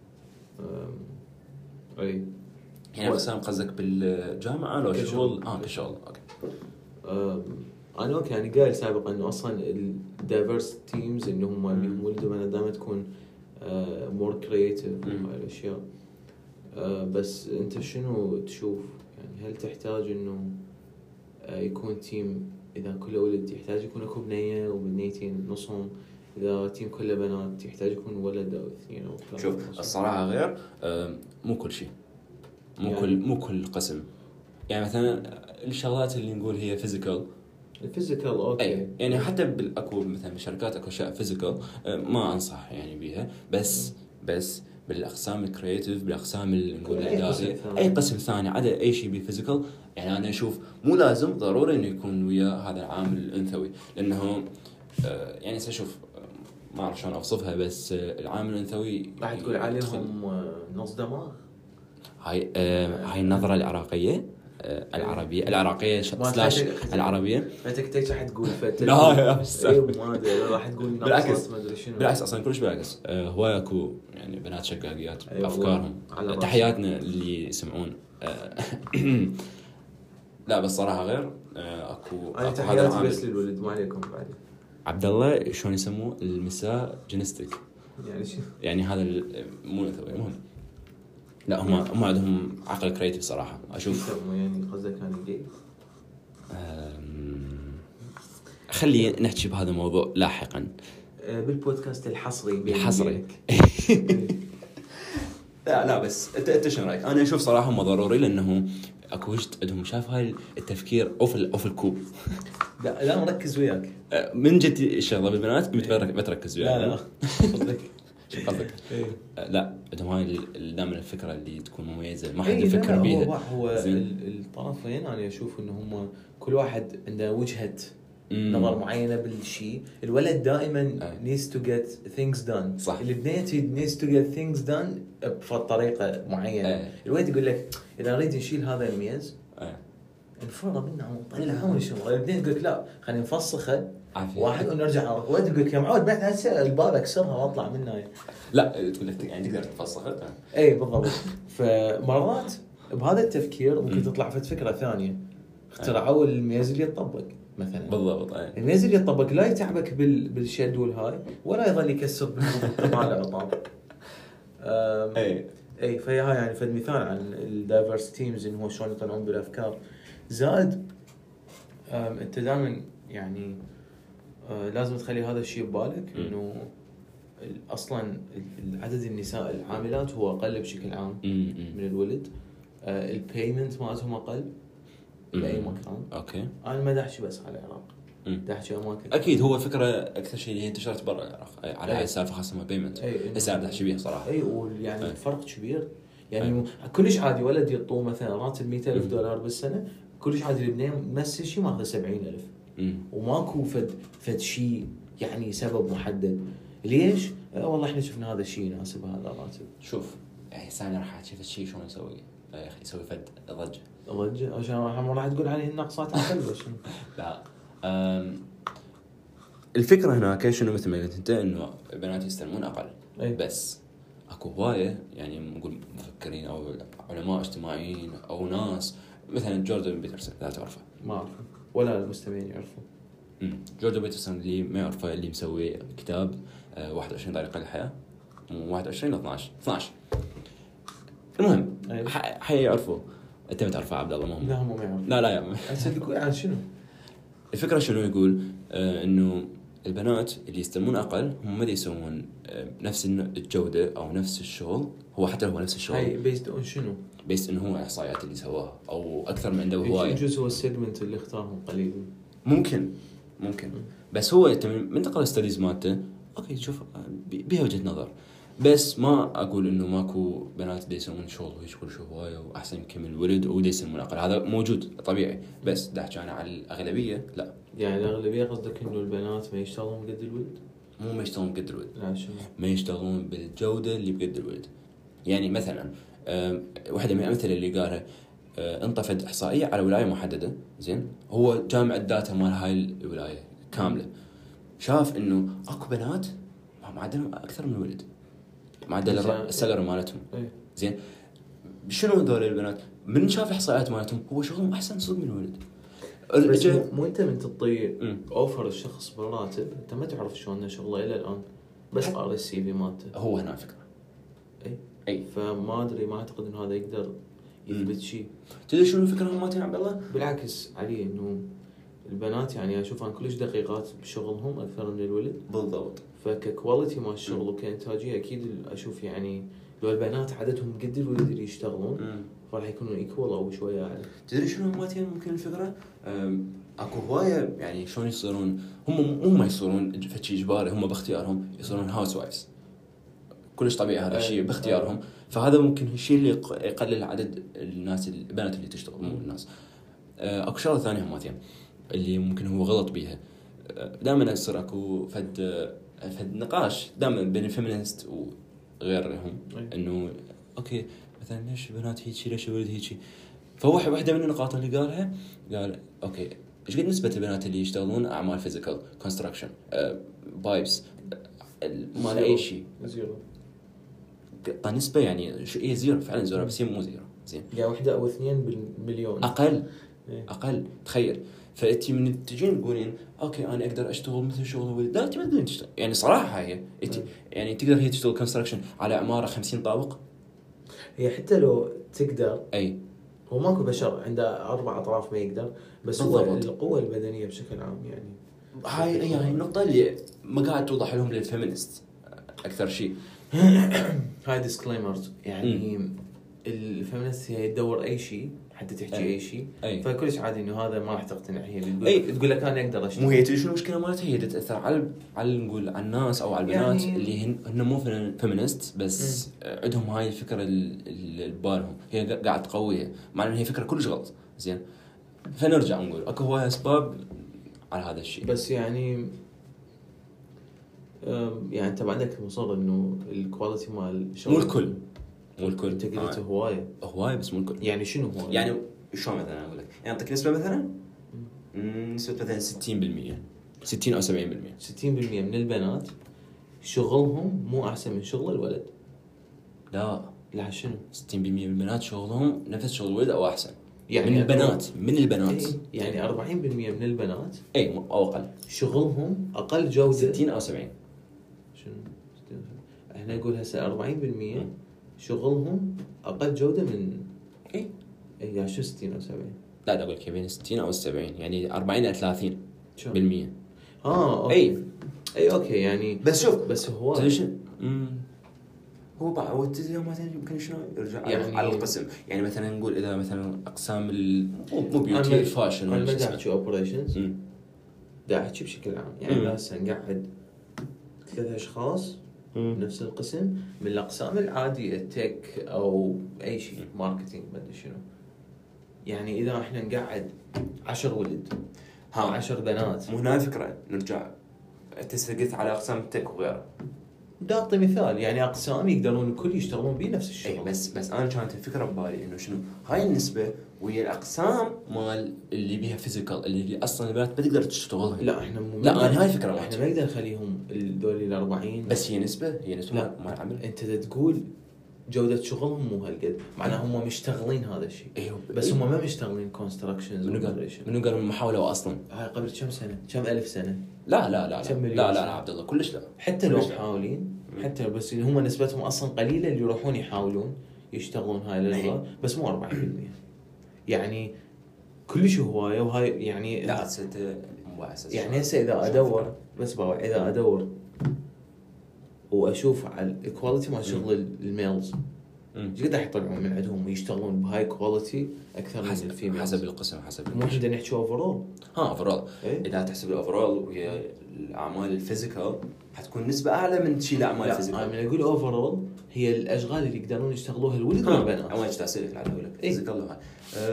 Speaker 1: اي
Speaker 2: يعني اقسام قصدك بالجامعه لو شغل؟ اه كشغل. اوكي.
Speaker 1: انا اوكي يعني قايل سابقا انه اصلا الدايفرس تيمز انه هم اللي ولدوا بنات دائما تكون مور كرييتيف وهاي الاشياء. آه بس انت شنو تشوف يعني هل تحتاج انه آه يكون تيم اذا كله ولد يحتاج يكون اكو بنيه وبنيتين نصهم، اذا تيم كله بنات يحتاج يكون ولد او اثنين او ثلاثه؟
Speaker 2: شوف الصراحه غير آه مو كل شيء، مو يعني كل مو كل قسم. يعني مثلا الشغلات اللي نقول هي فيزيكال
Speaker 1: الفيزيكال اوكي
Speaker 2: أي. يعني حتى بالاكو مثلا بالشركات اكو اشياء فيزيكال ما انصح يعني بيها، بس بس بالاقسام الكرياتيف بالاقسام اللي نقول الاداريه اي قسم ثاني عدا اي شيء بالفيزيكال. يعني انا اشوف مو لازم ضروري انه يكون ويا هذا العامل الانثوي، لانه آه يعني ساشوف ما اعرف شلون اوصفها، بس آه العامل الانثوي
Speaker 1: راح تقول عليهم نص دماغ.
Speaker 2: هاي آه هاي النظره العراقيه العربيه العراقيه سلاش العربيه.
Speaker 1: انت كنت راح تقول فت
Speaker 2: لا
Speaker 1: ما ادري راح تقول
Speaker 2: بالعكس
Speaker 1: ما ادري شنو.
Speaker 2: بالعكس اصلا كلش بالعكس. آه هواي اكو يعني بنات شقاقيات افكارهم. تحياتنا اللي يسمعون. آه لا بس صراحه غير آه اكو
Speaker 1: انا تحياتي بس للولد ما عليكم بعد.
Speaker 2: عبد الله شلون يسموه المساء جينستيك
Speaker 1: يعني شو
Speaker 2: يعني هذا مو المهم. لا هم هم عندهم عقل كرياتيف صراحه اشوف.
Speaker 1: يعني قصدك كان جاي.
Speaker 2: خلي نحكي بهذا الموضوع لاحقا
Speaker 1: بالبودكاست الحصري
Speaker 2: الحصري. لا لا بس انت انت شو رايك؟ انا اشوف صراحه هم ضروري لانه اكو وجد عندهم شاف هاي التفكير اوف اوف الكوب.
Speaker 1: لا لا مركز وياك
Speaker 2: من جد الشغله بالبنات ما تركز وياك.
Speaker 1: لا لا قصدك
Speaker 2: شو قصدك؟
Speaker 1: إيه؟
Speaker 2: لا عندهم هاي دائما الفكره اللي تكون مميزه ما حد يفكر بيها.
Speaker 1: هو, هو الطرفين انا اشوف انه هم كل واحد عنده وجهه مم. نظر معينه بالشيء. الولد دائما
Speaker 2: أي.
Speaker 1: needs to get things done
Speaker 2: صح.
Speaker 1: البنيه needs to get things done بطريقه معينه. أي. الولد يقول لك اذا نريد نشيل هذا الميز نفرغ منه ونطلعه ونشوفه. البنيه تقول لك لا خلينا نفسخه واحد ونرجع على الولد يقول لك يا معود بعد هسه الباب اكسرها واطلع منه.
Speaker 2: لا تقول لك يعني تقدر تفسخه.
Speaker 1: اي بالضبط. فمرات بهذا التفكير ممكن تطلع فت فكره ثانيه اخترعوا الميز اللي يطبق مثلا.
Speaker 2: بالضبط.
Speaker 1: الميز اللي يطبق لا يتعبك بال بالشد والهاي ولا يظل يكسر بالطبع العطاب.
Speaker 2: اي
Speaker 1: اي فهي هاي يعني فد مثال عن الدايفرس تيمز انه هو شلون يطلعون بالافكار. زاد انت دائما يعني لازم تخلي هذا الشيء ببالك انه اصلا عدد النساء العاملات هو اقل بشكل عام من الولد. البيمنت مالتهم اقل باي مكان.
Speaker 2: اوكي
Speaker 1: انا ما داحكي بس على العراق داحكي اماكن
Speaker 2: اكيد هو فكره اكثر شيء اللي هي انتشرت برا العراق على هاي السالفه خاصه ما بيمنت هسه داحكي بيها صراحه.
Speaker 1: اي ويعني الفرق كبير يعني. كلش عادي ولد يطو مثلا راتب مئة ألف دولار بالسنه كلش عادي البنيه نفس الشيء ماخذ سبعين ألف وماكو فد فد شيء يعني سبب محدد ليش. أه والله احنا شفنا هذا الشيء يناسب هذا الراتب.
Speaker 2: شوف يعني ثاني راح احكي فد شيء شلون يسوي يا اخي يسوي فد ضجه
Speaker 1: ضجه عشان راح تقول عليه النقصات عقل ولا شنو؟
Speaker 2: لا أم الفكره هناك شنو مثل ما قلت انت انه البنات يستلمون اقل.
Speaker 1: أي.
Speaker 2: بس اكو هوايه يعني نقول مفكرين او علماء اجتماعيين او ناس مثلا جوردن بيترسون، لا تعرفه؟
Speaker 1: ما أعرفه ولا المستمعين يعرفون.
Speaker 2: امم جوردن بيترسون اللي ما يعرفه اللي مسوي كتاب آه واحد وعشرين طريقه للحياه، مو واحد وعشرين اثناشر اثناشر المهم
Speaker 1: أي.
Speaker 2: حيعرفوه. انت ما تعرفه عبد الله؟ مهم.
Speaker 1: لا هم ما يعرفون.
Speaker 2: لا لا يا عمي.
Speaker 1: أصدقوا عن شنو؟
Speaker 2: الفكره شنو يقول آه انه البنات اللي يستلمون اقل هم ما يسوون آه نفس الجوده او نفس الشغل. هو حتى هو نفس الشغل
Speaker 1: هاي بيست اون شنو؟
Speaker 2: بس انه هو احصائيات اللي سواها او اكثر من عنده
Speaker 1: يمكن
Speaker 2: هوايه.
Speaker 1: جزء هو السيجمنت اللي اختارهم قليل.
Speaker 2: ممكن ممكن بس هو من تقرا ستاديز مالته اوكي شوف بيها وجهه نظر. بس ما اقول انه ماكو بنات دي يسوون شغل ويش كل شو هوايه واحسن يمكن من الولد ودي يسوون اقل، هذا موجود طبيعي. بس دا احكي انا على الاغلبيه لا.
Speaker 1: يعني الاغلبيه قصدك انه البنات ما يشتغلون قد الولد؟
Speaker 2: مو ما يشتغلون بقد الولد،
Speaker 1: لا شنو؟
Speaker 2: ما يشتغلون بالجوده اللي بقد الولد. يعني مثلا واحده من الامثله اللي قالها انطفت احصائيه على ولايه محدده، زين هو جامع الداتا مال هاي الولايه كامله، شاف انه اكو بنات معدلهم اكثر من الولد، معدل السالري مالتهم. زين شنو هذول البنات؟ من شاف الاحصائيات مالتهم هو شغلهم احسن صدق من الولد.
Speaker 1: بس مو انت من تعطي اوفر الشخص بالراتب انت ما تعرف شلون شغله الى الان، بس قاري السي في مالته.
Speaker 2: هو هنا فكره.
Speaker 1: اي
Speaker 2: اي
Speaker 1: فما ادري، ما اعتقد انه هذا يقدر يثبت شيء.
Speaker 2: تدري شنو الفكره مالتي عبد الله؟
Speaker 1: بالعكس علي، انه البنات يعني اشوف انا كلش دقيقات بشغلهم اكثر من الولد.
Speaker 2: بالضبط.
Speaker 1: فككواليتي مال الشغل وكانتاجيه اكيد اشوف يعني لو البنات عددهم قد الولد اللي يشتغلون راح يكونون ايكوال او شويه اعلى.
Speaker 2: تدري شنو مالتي ممكن الفكره؟ اكو هوايه يعني شلون يصيرون هم مو ما يصيرون فشي اجباري، هم باختيارهم يصيرون هاوس وايفز. كلش طبيعي هذا الشيء باختيارهم. فهذا ممكن الشيء اللي يقلل عدد الناس البنات اللي تشتغل مو الناس. اكو شغله ثانيه مالتي اللي ممكن هو غلط بيها. دائما يصير اكو فد فد نقاش دائما بين الفيمينست وغيرهم انه اوكي مثلا ليش البنات هيك ليش الولد هيك. فهو واحده من النقاط اللي قالها قال اوكي ايش قد نسبه البنات اللي يشتغلون اعمال فيزيكال كونستراكشن بايبس مال اي شيء؟
Speaker 1: زيرو.
Speaker 2: طيب نسبه يعني شو هي زيرو فعلا زيرو، بس هي مو زيرو. زين
Speaker 1: يعني واحده او اثنين بالمليون
Speaker 2: اقل.
Speaker 1: إيه.
Speaker 2: اقل تخيل. فانتي من تجين تقولين اوكي انا اقدر اشتغل مثل شغل الولد، لا انت ما تقدرين تشتغل. يعني صراحه هي انت يعني تقدر هي تشتغل كونستراكشن على عماره خمسين طابق.
Speaker 1: هي حتى لو تقدر
Speaker 2: اي
Speaker 1: هو ماكو بشر عنده اربع اطراف ما يقدر، بس
Speaker 2: بالضبط.
Speaker 1: هو القوه البدنيه بشكل عام يعني
Speaker 2: هاي هي النقطه اللي ما قاعد توضح لهم للفيمينست اكثر شيء.
Speaker 1: هاي ديسكليمرز يعني الفيمينست هي تدور اي شيء حتى تحكي
Speaker 2: أي.
Speaker 1: اي شيء،
Speaker 2: أي.
Speaker 1: فكلش عادي انه هذا ما راح تقتنع. هي تقول
Speaker 2: أي.
Speaker 1: تقول لك انا اقدر اشتغل.
Speaker 2: مو هي تدري شنو المشكله مالتها؟ هي تاثر على على نقول على الناس او على البنات
Speaker 1: يعني
Speaker 2: اللي هن, هن مو فيمينست بس م. عندهم هاي الفكره اللي ببالهم هي قاعد تقويها، مع ان هي فكره كلش غلط. زين فنرجع نقول اكو هواي اسباب على هذا الشيء.
Speaker 1: بس يعني يعني انت عندك مصر انه الكواليتي مال الشغل
Speaker 2: مو الكل مو الكل
Speaker 1: انت قلت آه. هوايه
Speaker 2: هوايه بس مو الكل.
Speaker 1: يعني شنو هو؟
Speaker 2: يعني شلون مثلا اقول لك يعني اعطيك نسبه مثلا نسبه مثلا ستين بالمئة ستين او سبعين بالمئة
Speaker 1: ستين بالمئة من البنات شغلهم مو احسن من شغل الولد.
Speaker 2: لا
Speaker 1: لا شنو
Speaker 2: ستين بالمئة من البنات شغلهم نفس شغل الولد او احسن.
Speaker 1: يعني
Speaker 2: من البنات من البنات
Speaker 1: ايه يعني أربعين بالمئة من البنات
Speaker 2: اي او اقل
Speaker 1: شغلهم اقل جوده.
Speaker 2: ستين او سبعين
Speaker 1: شنو احنا نقول هسه أربعين بالمئة شغلهم اقل جوده من
Speaker 2: اي
Speaker 1: اي يعني شو ستين او سبعين؟
Speaker 2: لا دا اقول لك بين ستين او سبعين يعني أربعين الى ثلاثين بالمئة.
Speaker 1: اه اوكي
Speaker 2: اي
Speaker 1: اي اوكي يعني
Speaker 2: بس شوف
Speaker 1: بس هو
Speaker 2: تدري هو بقى هو تدري مثلا يمكن شنو يرجع يعني على القسم. يعني مثلا نقول اذا مثلا اقسام مو بيوتي فاشن
Speaker 1: ولا شيء اسمه اوبريشنز دا احكي بشكل عام. يعني هسه نقعد ثلاث اشخاص بنفس القسم من الاقسام العاديه التك او اي شيء ماركتينج ما ادري شنو. يعني اذا احنا نقعد عشر ولد ها عشر بنات
Speaker 2: مو هنا الفكره. نرجع تسلقت على اقسام التك وغيره
Speaker 1: دا اعطي مثال يعني اقسام يقدرون الكل يشتغلون بيه نفس الشغل.
Speaker 2: اي بس بس انا كانت الفكره ببالي انه شنو هاي النسبه ويا الاقسام مال اللي بيها فيزيكال اللي اصلا البنات ما تقدر تشتغلها.
Speaker 1: لا احنا مو
Speaker 2: لا انا هاي الفكره
Speaker 1: احنا ما نقدر نخليهم ذولي ال أربعين
Speaker 2: بس هي نسبه هي نسبه
Speaker 1: لا
Speaker 2: ما العمل.
Speaker 1: انت تقول جوده شغلهم مو هالقد معناها هم مشتغلين هذا الشيء.
Speaker 2: ايوه
Speaker 1: بس هم ما مشتغلين كونستراكشنز.
Speaker 2: منو قال منو قال محاوله اصلا؟
Speaker 1: هاي قبل كم سنه كم الف سنه.
Speaker 2: لا لا لا
Speaker 1: كم
Speaker 2: لا
Speaker 1: مليون
Speaker 2: لا, لا,
Speaker 1: سنة.
Speaker 2: لا عبد الله كلش لا.
Speaker 1: حتى لو
Speaker 2: كلش لا.
Speaker 1: محاولين حتى لو بس هم نسبتهم اصلا قليله اللي يروحون يحاولون يشتغلون هاي الاشغال بس مو أربعين بالمئة يعني كلش هوايه. وهاي يعني
Speaker 2: لا ست مو اساس
Speaker 1: يعني هسه اذا ادور بس باوع اذا ادور واشوف على الكواليتي مال شغل الميلز ايش قد راح يطلعون من عندهم ويشتغلون بهاي كواليتي اكثر من
Speaker 2: حسب
Speaker 1: الفيميلز
Speaker 2: حسب القسم حسب
Speaker 1: مو احنا نحكي اوفرول.
Speaker 2: ها اوفرول
Speaker 1: إيه؟
Speaker 2: اذا تحسب الاوفرول وهي الاعمال الفيزيكال حتكون نسبه اعلى من شيء الاعمال
Speaker 1: لا
Speaker 2: الفيزيكال.
Speaker 1: انا من اقول اوفرول هي الاشغال اللي يقدرون يشتغلوها الولد والبنات.
Speaker 2: اول شيء اسالك العاده اقول لك
Speaker 1: إيه؟
Speaker 2: فيزيكال هاي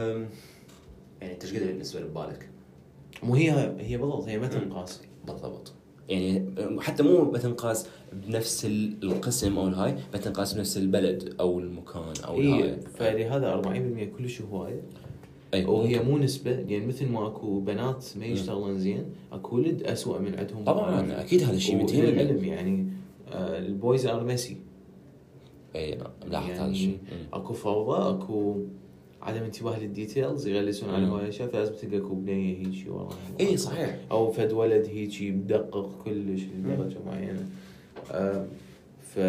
Speaker 2: يعني انت ايش قد بالنسبه لبالك؟
Speaker 1: مو هي هي بالضبط هي ما تنقاس
Speaker 2: بالضبط يعني حتى مو بتنقاس بنفس القسم او الهاي بتنقاس بنفس البلد او المكان او
Speaker 1: إيه
Speaker 2: الهاي.
Speaker 1: فلهذا أربعين بالمئة كلش هوايه.
Speaker 2: أي
Speaker 1: وهي مو نسبه يعني مثل ما اكو بنات ما يشتغلون زين اكو ولد اسوء من عندهم.
Speaker 2: طبعا اكيد هذا الشيء مئتين بالمئة.
Speaker 1: العلم يعني آه البويز ار ميسي.
Speaker 2: اي ملاحظ
Speaker 1: يعني
Speaker 2: هذا الشيء.
Speaker 1: اكو فوضى اكو عدم انتباه للديتيلز يغلسون على هواي اشياء فلازم تلقى اكو بنيه هيجي ورا.
Speaker 2: اي صحيح.
Speaker 1: او فد ولد هيجي مدقق كلش لدرجه معينه. آه ف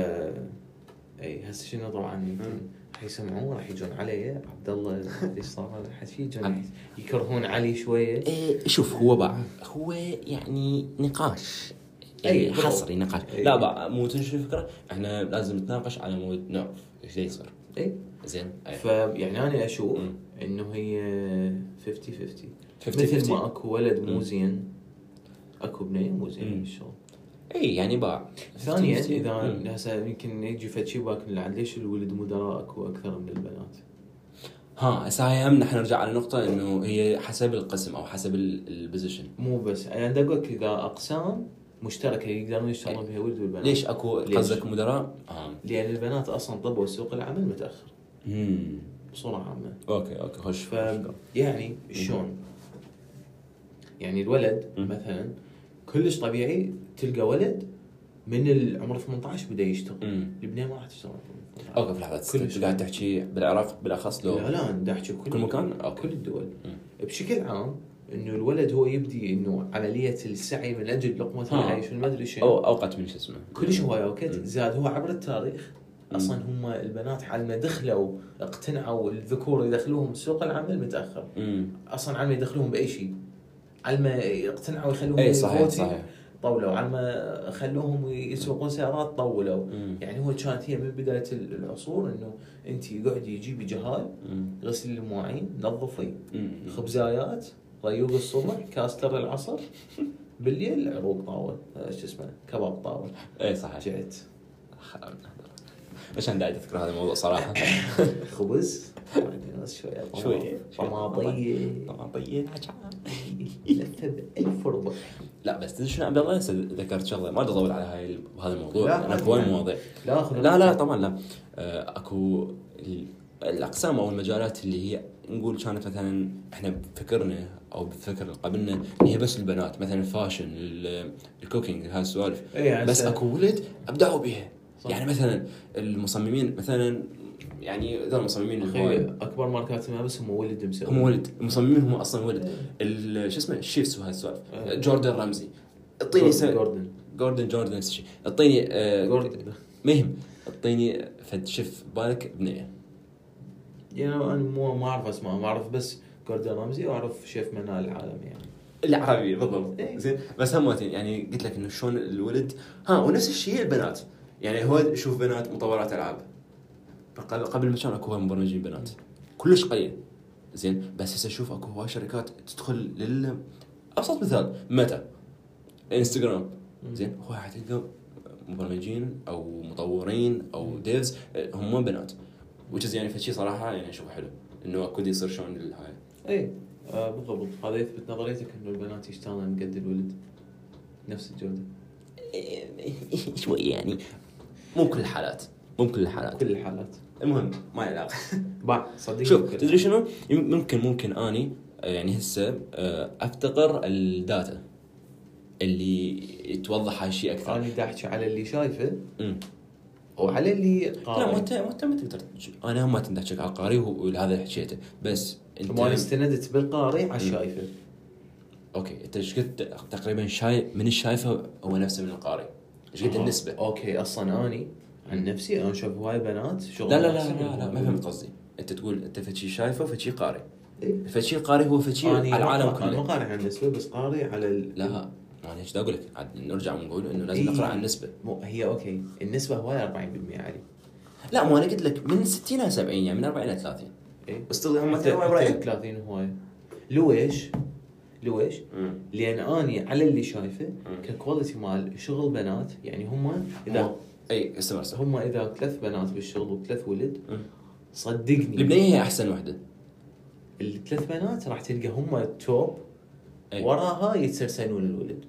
Speaker 1: اي هسه شنو طبعا يمكن راح يسمعون راح يجون علي عبد الله ليش صار هذا الحكي يجون يكرهون علي شويه.
Speaker 2: إيه شوف هو بقى هو يعني نقاش
Speaker 1: أي
Speaker 2: يعني حصري نقاش.
Speaker 1: أي.
Speaker 2: لا بقى مو تنشر الفكره احنا لازم نتناقش على مود نعرف ايش يصير.
Speaker 1: اي
Speaker 2: زين
Speaker 1: فيعني انا اشوف
Speaker 2: مم.
Speaker 1: انه هي خمسين خمسين
Speaker 2: خمسين
Speaker 1: مثل
Speaker 2: خمسين.
Speaker 1: ما اكو ولد مو
Speaker 2: مم.
Speaker 1: زين اكو بنيه مو زين
Speaker 2: مم.
Speaker 1: بالشغل.
Speaker 2: اي يعني بقى
Speaker 1: ثانيا
Speaker 2: خمسين.
Speaker 1: اذا
Speaker 2: مم.
Speaker 1: هسه يمكن يجي فد شيء باك لعد ليش الولد مدراء اكو اكثر من البنات.
Speaker 2: ها هسه هاي هم نحن نرجع على نقطه انه هي حسب القسم او حسب البوزيشن.
Speaker 1: مو بس انا بدي اقول لك اذا اقسام مشتركه يقدرون يشتغلون بها ولد والبنات.
Speaker 2: ليش اكو
Speaker 1: ليش؟
Speaker 2: قصدك مدراء؟ اه
Speaker 1: لان البنات اصلا طبوا سوق العمل متاخر
Speaker 2: امم
Speaker 1: بصوره عامه.
Speaker 2: اوكي اوكي خش
Speaker 1: ف يعني شلون يعني الولد
Speaker 2: مم.
Speaker 1: مثلا كلش طبيعي تلقى ولد من العمر ثمانية عشر بدا يشتغل.
Speaker 2: امم
Speaker 1: البنيه ما راح تشتغل.
Speaker 2: اوكي في لحظه
Speaker 1: كلش.
Speaker 2: انت قاعد تحكي بالعراق بالاخص لو
Speaker 1: لا لا بدي احكي بكل
Speaker 2: كل مكان؟ أوكي.
Speaker 1: كل الدول.
Speaker 2: مم.
Speaker 1: بشكل عام انه الولد هو يبدي انه عمليه السعي من اجل لقمه
Speaker 2: ها.
Speaker 1: العيش وما ادري شنو
Speaker 2: او اوقات من شو اسمه
Speaker 1: كلش هوايه اوكي.
Speaker 2: مم.
Speaker 1: زاد هو عبر التاريخ اصلا هم البنات على ما دخلوا اقتنعوا الذكور يدخلوهم سوق العمل متاخر.
Speaker 2: امم
Speaker 1: اصلا على ما يدخلوهم باي شيء على ما يقتنعوا يخلوهم
Speaker 2: اي صحيح
Speaker 1: يفوتي
Speaker 2: صحيح.
Speaker 1: طولوا على ما خلوهم يسوقون سيارات طولوا.
Speaker 2: مم.
Speaker 1: يعني هو كانت هي من بدايه العصور انه انت قعدي جيبي جهال
Speaker 2: مم.
Speaker 1: غسلي المواعين نظفي
Speaker 2: مم.
Speaker 1: خبزايات ريوق الصبح كاستر العصر بالليل عروق طاول آه، شو اسمه كباب طاول.
Speaker 2: اي صحيح.
Speaker 1: جعت
Speaker 2: ليش انا قاعد اذكر هذا الموضوع صراحه.
Speaker 1: خبز بعدين شويه
Speaker 2: شوية.
Speaker 1: طماطيه
Speaker 2: طماطيه
Speaker 1: لفه بألف ربع.
Speaker 2: لا بس تدري شنو عبد الله هسه ذكرت شغله ما بدي اطول على هاي هذا الموضوع.
Speaker 1: لا،
Speaker 2: انا اكو
Speaker 1: يعني.
Speaker 2: مواضيع.
Speaker 1: لا أخذ
Speaker 2: لا لا طبعا لا. آه، اكو ال- الاقسام او المجالات اللي هي نقول كانت مثلا احنا بفكرنا او بفكر اللي قبلنا ان هي بس البنات مثلا الفاشن ال- الكوكينج هاي السوالف.
Speaker 1: إيه يعني
Speaker 2: بس
Speaker 1: س-
Speaker 2: اكو ولد ابدعوا بها.
Speaker 1: صح.
Speaker 2: يعني مثلا المصممين مثلا يعني ذا المصممين
Speaker 1: أخي
Speaker 2: الهواية
Speaker 1: اكبر ماركات الملابس هم ولد مسوي.
Speaker 2: هم ولد المصممين هم اصلا ولد.
Speaker 1: إيه.
Speaker 2: ال- شو اسمه الشيفز وهاي السوالف.
Speaker 1: إيه.
Speaker 2: جوردن رمزي اعطيني سنة
Speaker 1: جوردن
Speaker 2: جوردن جوردن نفس الشيء اعطيني آه،
Speaker 1: جوردن
Speaker 2: مهم اعطيني فد شيف بالك بنيه.
Speaker 1: يعني انا مو ما اعرف اسماء ما اعرف بس جوردن رامزي واعرف شيف منال العالم يعني.
Speaker 2: العربي بالضبط.
Speaker 1: إيه.
Speaker 2: زين بس همتين يعني قلت لك انه شلون الولد ها ونفس الشيء البنات. يعني هو شوف بنات مطورات العاب قبل قبل ما كان اكو مبرمجين بنات كلش قليل. زين بس هسه شوف اكو هواي شركات تدخل لل ابسط مثال متى انستغرام. زين هو حتلقى مبرمجين او مطورين او ديفز هم بنات وجز يعني فشي صراحه يعني اشوفه حلو انه اكو دي يصير شلون الهاي.
Speaker 1: اي آه بالضبط هذا يثبت نظريتك انه البنات يشتغلون قد الولد نفس الجوده.
Speaker 2: شوي يعني مو كل الحالات مو كل الحالات
Speaker 1: كل الحالات.
Speaker 2: المهم ما علاقه.
Speaker 1: باع صدق.
Speaker 2: شوف تدري شنو ممكن ممكن اني يعني هسه افتقر الداتا اللي توضح هاي الشيء اكثر.
Speaker 1: انا دا احكي على اللي شايفه
Speaker 2: امم
Speaker 1: وعلى اللي
Speaker 2: لا ما انت ما انت ما تقدر تج- انا ما تقدر تحكي على القاري وهذا اللي حكيته بس انت
Speaker 1: ما استندت بالقاري على الشايفه.
Speaker 2: اوكي انت ايش قد تقريبا شايف من الشايفه هو نفسه من القاري ايش قد النسبه؟
Speaker 1: اوكي اصلا اني عن نفسي انا اشوف هواي بنات شغل.
Speaker 2: لا لا لا لا, لا ما فهمت قصدي. انت تقول انت فشي شايفه وفشي قاري.
Speaker 1: إيه؟
Speaker 2: فشي قاري هو فشي على العالم
Speaker 1: كله. انا ما
Speaker 2: كله.
Speaker 1: قاري عن النسبه بس قاري على ال...
Speaker 2: لا انا ايش اقول لك عاد نرجع ونقول انه لازم
Speaker 1: إيه؟
Speaker 2: نقرا عن النسبه.
Speaker 1: مو هي اوكي النسبه هواي أربعين بالمئة علي.
Speaker 2: لا مو انا قلت لك من ستين إلى سبعين يعني من أربعين إلى ثلاثين.
Speaker 1: ايه
Speaker 2: بس تقول هم
Speaker 1: حتى ثلاثين هواي. لويش لويش لان اني على اللي شايفه ككواليتي مال شغل بنات يعني هم اذا
Speaker 2: اي استمر صح.
Speaker 1: هم اذا ثلاث بنات بالشغل وثلاث ولد صدقني
Speaker 2: البنيه هي احسن وحده.
Speaker 1: الثلاث بنات راح تلقى هم التوب.
Speaker 2: أي.
Speaker 1: وراها يتسرسلون الولد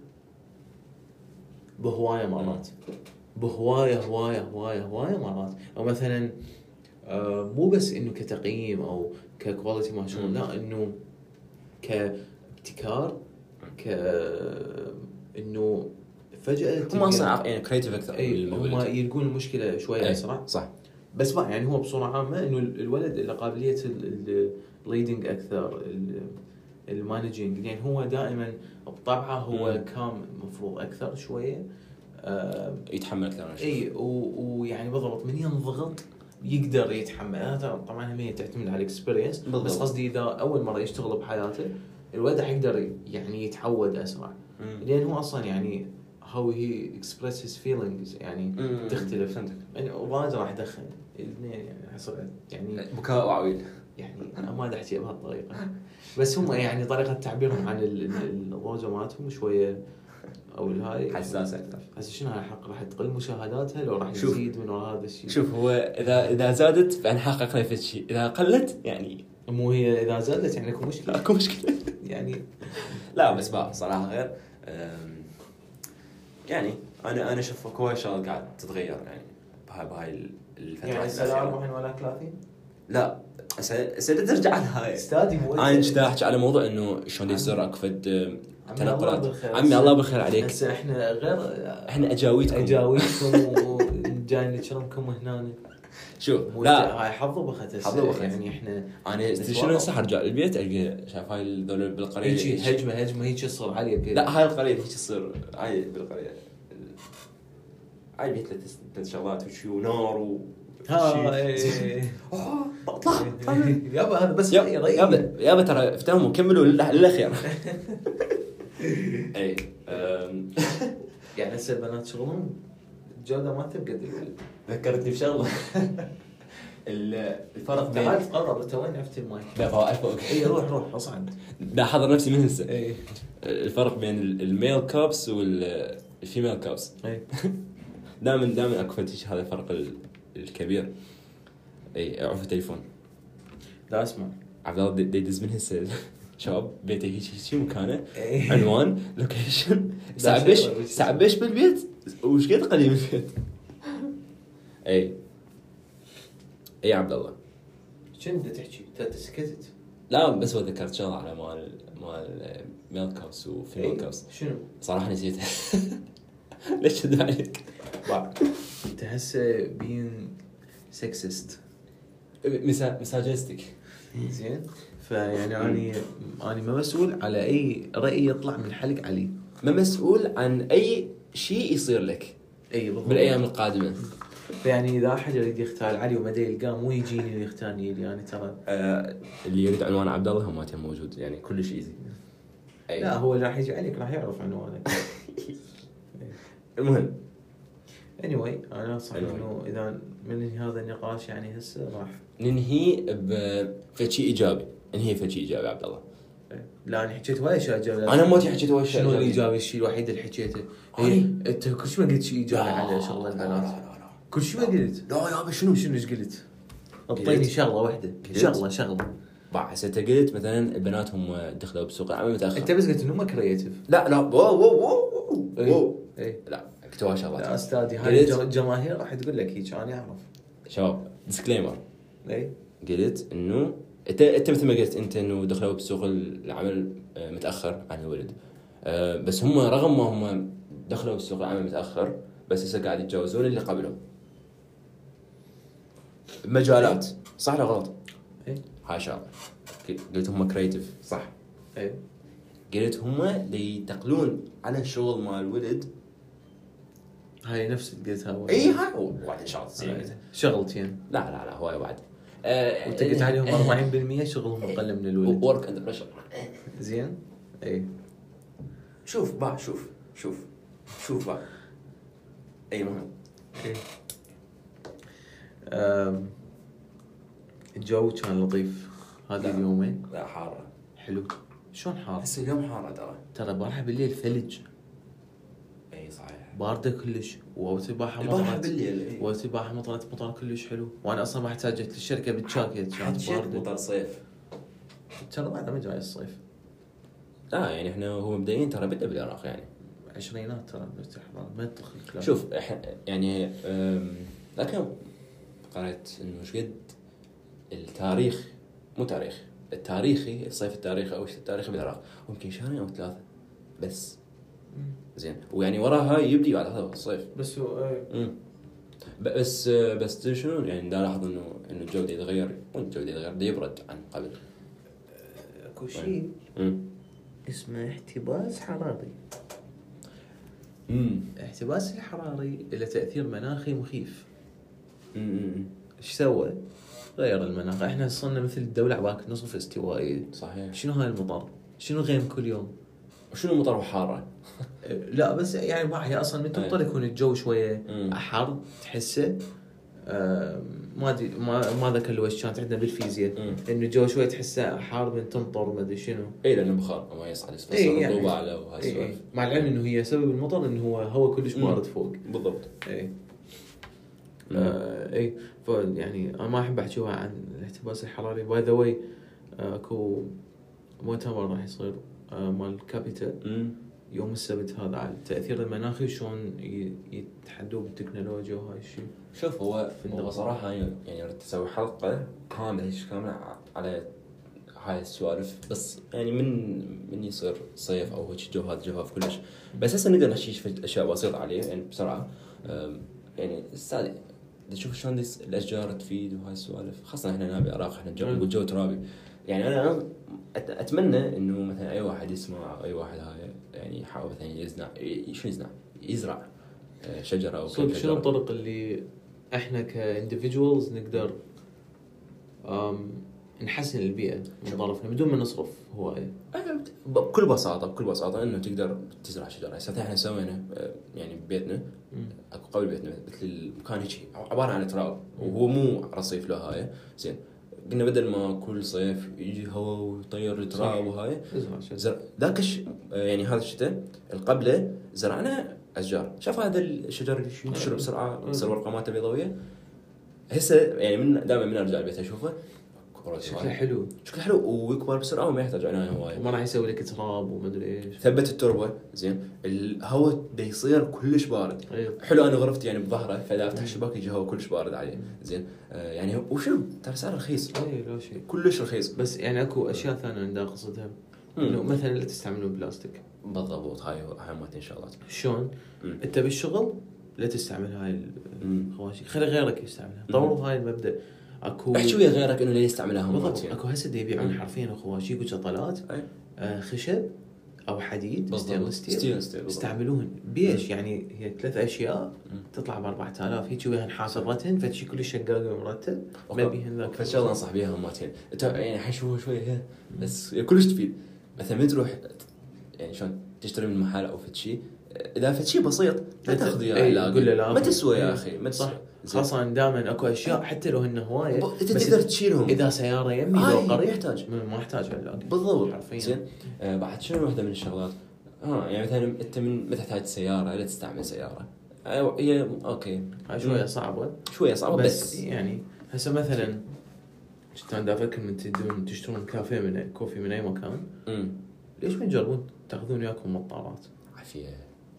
Speaker 1: بهوايه مرات بهوايه هوايه هوايه هوايه مرات. او مثلا آه مو بس انه كتقييم او ككواليتي ما شغل لا انه كابتكار ك انه فجاه
Speaker 2: هم اصلا يعني كريتيف اكثر.
Speaker 1: اي هم يلقون المشكله شويه اسرع.
Speaker 2: صح.
Speaker 1: بس بقى يعني هو بصوره عامه انه الولد له قابليه الليدنج اكثر المانجينج لان هو دائما بطبعه هو
Speaker 2: مم.
Speaker 1: كام مفروض اكثر شويه آه
Speaker 2: يتحمل اكثر.
Speaker 1: اي ويعني بالضبط من ينضغط يقدر يتحمل. هذا طبعا هم تعتمد على الاكسبيرينس بس قصدي اذا اول مره يشتغل بحياته الولد راح يقدر يعني يتعود اسرع لان هو اصلا يعني how he expresses his feelings يعني
Speaker 2: مم.
Speaker 1: تختلف يعني وايد راح يدخن الاثنين يعني حصل يعني
Speaker 2: بكاء وعويل
Speaker 1: يعني انا ما احكي بهالطريقه بس هم يعني طريقه تعبيرهم عن الروجه مالتهم شويه او الهاي
Speaker 2: حساسه اكثر.
Speaker 1: هسه شنو هاي الحلقه راح تقل مشاهداتها لو راح يزيد من هذا الشيء؟
Speaker 2: شوف هو اذا اذا زادت فانا حققنا في شيء اذا قلت يعني
Speaker 1: مو هي اذا زادت يعني اكو مشكله
Speaker 2: اكو مشكله
Speaker 1: يعني
Speaker 2: لا بس بقى صراحه غير يعني انا انا اشوف اكو شغلات قاعد تتغير يعني بهاي بهاي الفتره
Speaker 1: يعني سنه أربعين ولا ثلاثين
Speaker 2: لا سد ترجع لهاي
Speaker 1: استادي مو
Speaker 2: انا كنت احكي على موضوع انه شلون يصير اكو فد تنقلات.
Speaker 1: عمي
Speaker 2: الله بالخير عليك.
Speaker 1: هسه احنا غير
Speaker 2: احنا اجاويتكم
Speaker 1: اجاويتكم وجايين نشربكم هنا.
Speaker 2: شوف لا
Speaker 1: هاي حظ وبخت
Speaker 2: حظ وبخت
Speaker 1: يعني احنا
Speaker 2: انا شنو هسه ارجع البيت القى شايف هاي الذول بالقريه
Speaker 1: هيك هجمه هجمه هيك تصير عليه كذا.
Speaker 2: لا هاي القريه هيك تصير هاي بالقريه هاي بيت ثلاث شغلات وشي ونار و
Speaker 1: ها
Speaker 2: اطلع
Speaker 1: يابا هذا بس
Speaker 2: يابا يابا ترى افتهموا كملوا للاخير. اي
Speaker 1: يعني هسه البنات شغلهم الجوده ما تبقى الولد.
Speaker 2: ذكرتني بشغله الفرق بين
Speaker 1: تعال تقرب انت وين عرفت المايك؟
Speaker 2: لا فوق فوق
Speaker 1: اي روح روح اصعد.
Speaker 2: لا حضر نفسي من هسه.
Speaker 1: اي
Speaker 2: الفرق بين الميل كابس والفيميل كابس.
Speaker 1: اي
Speaker 2: دائما دائما اكو فتش هذا الفرق الكبير. اي اعرف التليفون
Speaker 1: لا اسمع
Speaker 2: عبد الله دي يدز من هسه شباب بيته هيك هيك مكانه عنوان لوكيشن ساعه بيش ساعه بيش بالبيت وش قد قليل بالبيت. اي اي عبد الله
Speaker 1: شنو بدك تحكي؟ انت سكتت.
Speaker 2: لا بس ذكرت شغله على مال مال ميل كابس وفيميل كابس.
Speaker 1: شنو
Speaker 2: صراحه نسيتها. ليش كذا عليك؟
Speaker 1: انت هسه بين سكسست
Speaker 2: مساجستك
Speaker 1: زين فيعني اني اني ما مسؤول على اي راي يطلع من حلق علي.
Speaker 2: ما مسؤول عن اي شيء يصير لك
Speaker 1: اي بالضبط
Speaker 2: بالايام القادمه.
Speaker 1: فيعني اذا احد يريد يختار علي وما يلقاه مو يجيني ويختارني لي يعني ترى
Speaker 2: آه اللي يريد عنوان عبد الله هم ماتين موجود يعني كل شيء ايزي.
Speaker 1: لا هو راح يجي عليك راح يعرف عنوانك.
Speaker 2: المهم
Speaker 1: anyway انا صح انه اذا من هذا النقاش يعني هسه راح
Speaker 2: ننهي بشيء ايجابي. ننهي بشيء ايجابي عبد الله.
Speaker 1: لا انا حكيت وايد اشياء ايجابيه.
Speaker 2: انا ما حكيت وايد
Speaker 1: اشياء. شنو الايجابي الشيء الوحيد اللي حكيته؟ هي انت كل شيء ما قلت شيء ايجابي على شغل البنات. كل شيء ما قلت.
Speaker 2: لا يا شنو
Speaker 1: شنو ايش قلت؟ اعطيني شغله واحده شغله شغله
Speaker 2: بعد هسه انت قلت مثلا البنات هم دخلوا بسوق العمل متاخر.
Speaker 1: انت بس قلت انهم كرييتيف.
Speaker 2: لا لا واو واو واو
Speaker 1: ايه
Speaker 2: لا محتوى شغلات.
Speaker 1: لا استاذي هاي
Speaker 2: قلت-
Speaker 1: الجماهير راح تقول لك هيك انا اعرف.
Speaker 2: شباب ديسكليمر،
Speaker 1: اي
Speaker 2: قلت انه انت انت مثل ما قلت انت انه دخلوا بسوق العمل آه، متاخر عن الولد. آه، بس هم رغم ما هم دخلوا بسوق العمل متاخر بس هسه قاعد يتجاوزون اللي قبلهم بمجالات. صح ولا غلط؟
Speaker 1: اي
Speaker 2: هاي شغله قلت هم كريتيف صح.
Speaker 1: اي
Speaker 2: قلت هم اللي ينتقلون على الشغل مال الولد.
Speaker 1: هاي نفس اللي قلتها أول.
Speaker 2: اي هاي وبعدين شغلات
Speaker 1: هاي
Speaker 2: زين.
Speaker 1: شغلتين
Speaker 2: لا لا لا هواي بعد. آه،
Speaker 1: وانت قلت عليهم أربعين بالمية شغلهم اقل من الولد.
Speaker 2: ورك اند بريشر.
Speaker 1: زين اي
Speaker 2: شوف با شوف شوف شوف با اي مهم.
Speaker 1: اي أم، الجو كان لطيف هذه
Speaker 2: لا.
Speaker 1: اليومين.
Speaker 2: لا حارة.
Speaker 1: حلو. شلون حار؟
Speaker 2: بس اليوم حارة ترى.
Speaker 1: ترى البارحة بالليل ثلج
Speaker 2: اي صحيح.
Speaker 1: باردة كلش وسباحة
Speaker 2: البارحة
Speaker 1: مطرت
Speaker 2: بالليل اي.
Speaker 1: وسباحة مطرت مطر كلش حلو وانا اصلا ما احتاجت للشركة بالجاكيت كانت
Speaker 2: حد شيء
Speaker 1: باردة.
Speaker 2: مطر صيف.
Speaker 1: ترى بعد ما جاي الصيف
Speaker 2: لا يعني احنا هو مبدئيا ترى بدا بالعراق يعني.
Speaker 1: عشرينات ترى باستحضار ما يدخل الكلام.
Speaker 2: شوف احنا يعني أم، لكن قرأت انه ايش قد التاريخ مو تاريخ التاريخي الصيف التاريخي او الشتاء التاريخي بالعراق ممكن شهرين او ثلاثة بس. زين ويعني وراها يبدي بعد هذا الصيف.
Speaker 1: بس هو ايه.
Speaker 2: امم بس بس تدري شنو يعني دا لاحظ انه انه الجو دا يتغير مو الجو دا يتغير دا يبرد عن قبل.
Speaker 1: اكو شيء
Speaker 2: امم
Speaker 1: اسمه احتباس حراري.
Speaker 2: امم
Speaker 1: الاحتباس الحراري له تأثير مناخي مخيف.
Speaker 2: امم
Speaker 1: ايش سوى؟ غير المناخ. احنا صرنا مثل الدولة عباك نصف استوائي.
Speaker 2: صحيح.
Speaker 1: شنو هاي المطر؟ شنو غيم كل يوم؟
Speaker 2: وشنو مطر وحاره؟
Speaker 1: لا بس يعني ما هي اصلا من تمطر يكون الجو شويه
Speaker 2: مم.
Speaker 1: احر تحسه. آم، ما ادري ما ما ذكر لو ايش كانت عندنا بالفيزياء
Speaker 2: مم.
Speaker 1: انه الجو شويه تحسه حار من تمطر ما ادري شنو.
Speaker 2: اي لانه بخار ما يصعد يصفصر
Speaker 1: إيه يعني.
Speaker 2: الرطوبه على وهاي
Speaker 1: إيه إيه.
Speaker 2: السوالف.
Speaker 1: مع العلم انه هي سبب المطر انه هو هواء كلش
Speaker 2: مم.
Speaker 1: بارد فوق.
Speaker 2: بالضبط.
Speaker 1: اي
Speaker 2: مم.
Speaker 1: آه اي ف يعني انا ما احب احكي عن الاحتباس الحراري. باي ذا واي اكو مؤتمر راح يصير آه مال كابيتا
Speaker 2: امم
Speaker 1: يوم السبت هذا على التأثير المناخي شلون ي- يتحدوا بالتكنولوجيا وهاي الشيء.
Speaker 2: شوف هو
Speaker 1: في
Speaker 2: هو
Speaker 1: النقطة.
Speaker 2: صراحه يعني ردت اسوي حلقه كامله هيك كامله على هاي السوالف بس يعني من من يصير صيف او هيك جو هذا جفاف كلش بس هسه نقدر نحكي في اشياء بسيطه عليه يعني بسرعه. أم، يعني استاذ تشوف شلون دي الاشجار تفيد وهاي السوالف خاصه احنا هنا بالعراق احنا الجو
Speaker 1: مم.
Speaker 2: الجو ترابي يعني انا أت- اتمنى انه مثلا اي واحد يسمع أو اي واحد هاي يعني يحاول مثلا يزرع ي- شو يزرع يزرع آه، شجره او
Speaker 1: صدق
Speaker 2: كم
Speaker 1: شنو
Speaker 2: شجرة.
Speaker 1: الطرق اللي احنا كاندفيدجوالز نقدر أم نحسن البيئة من طرفنا بدون ما نصرف هواية.
Speaker 2: أيوة، بكل بساطه بكل بساطه انه تقدر تزرع شجره. هسه احنا سوينا آه، يعني ببيتنا
Speaker 1: مم.
Speaker 2: اكو قبل بيتنا مثل المكان هيك عباره عن تراب وهو مو رصيف له هاي زين. قلنا بدل ما كل صيف يجي هواء ويطير التراب
Speaker 1: صح.
Speaker 2: وهاي
Speaker 1: ازرع شجرة.
Speaker 2: زر... ذاك الش... آه، يعني هذا الشتاء القبله زرعنا اشجار. شوف هذا الشجر اللي ينتشر بسرعه يصير ورقه مالته بيضاويه. هسه يعني من دائما من ارجع البيت اشوفه
Speaker 1: شكله حلو
Speaker 2: شكله حلو ويكبر بسرعه وما يحتاج عنايه هوايه.
Speaker 1: وما راح يسوي لك تراب وما ادري ايش.
Speaker 2: ثبت التربه زين. الهواء دا يصير كلش بارد.
Speaker 1: ايوه
Speaker 2: حلو انا غرفتي يعني بظهره فاذا افتح الشباك يجي هواء كلش بارد عليه زين. آه يعني وشو ترى سعر رخيص
Speaker 1: اي لو شيء.
Speaker 2: كلش رخيص.
Speaker 1: بس يعني اكو اشياء ثانيه عندها قصدها انه مثلا لا تستعملون بلاستيك.
Speaker 2: بالضبط هاي هاي مالتين شغلات.
Speaker 1: شلون؟
Speaker 2: مم.
Speaker 1: انت بالشغل لا تستعمل هاي
Speaker 2: مم.
Speaker 1: الخواشي خلي غيرك يستعملها.
Speaker 2: مم.
Speaker 1: طوروا هاي المبدا. اكو
Speaker 2: احكي ويا غيرك انه ليه يستعملها هم
Speaker 1: بالضبط
Speaker 2: مالتين.
Speaker 1: اكو هسه دا يبيعون
Speaker 2: مم.
Speaker 1: حرفيا خواشيك وشطلات
Speaker 2: أي.
Speaker 1: آه خشب او حديد
Speaker 2: بالضبط.
Speaker 1: ستينلس ستيل
Speaker 2: ستيل ستيل بالضبط.
Speaker 1: يستعملون بيش يعني هي ثلاث اشياء
Speaker 2: مم.
Speaker 1: تطلع ب أربعة آلاف هيك وياها نحاس الرتن فشي كلش شقاق ومرتب ما
Speaker 2: أوكي.
Speaker 1: بيهن ذاك.
Speaker 2: فالشغله انصح بيها هم مالتين. انت يعني حشوه شويه هي بس كلش تفيد. مثلا من تروح يعني شلون تشتري من محل او فد شيء اذا فد شيء بسيط لا تاخذ
Speaker 1: إيه،
Speaker 2: اياه علاقة.
Speaker 1: قول له لا
Speaker 2: ما تسوى يا
Speaker 1: إيه.
Speaker 2: اخي ما
Speaker 1: صح.
Speaker 2: تسوى.
Speaker 1: خاصة دائما اكو اشياء حتى لو هن هوايه
Speaker 2: انت
Speaker 1: بس
Speaker 2: تقدر تشيلهم
Speaker 1: اذا سياره يمي
Speaker 2: هاي
Speaker 1: لو قريب
Speaker 2: يحتاج.
Speaker 1: ما ما يحتاج علاقه
Speaker 2: بالضبط
Speaker 1: حرفيا.
Speaker 2: زين. آه بعد شنو واحده من الشغلات اه يعني مثلا انت من متى تحتاج سياره لا تستعمل سياره. آه هي اوكي
Speaker 1: هاي شويه صعبه
Speaker 2: شويه صعبه
Speaker 1: بس,
Speaker 2: بس,
Speaker 1: بس يعني هسه مثلا كنت انا افكر من تدون تشترون كافيه من كوفي من اي مكان
Speaker 2: امم
Speaker 1: ليش ما تجربون تاخذون وياكم مطارات؟
Speaker 2: عافيه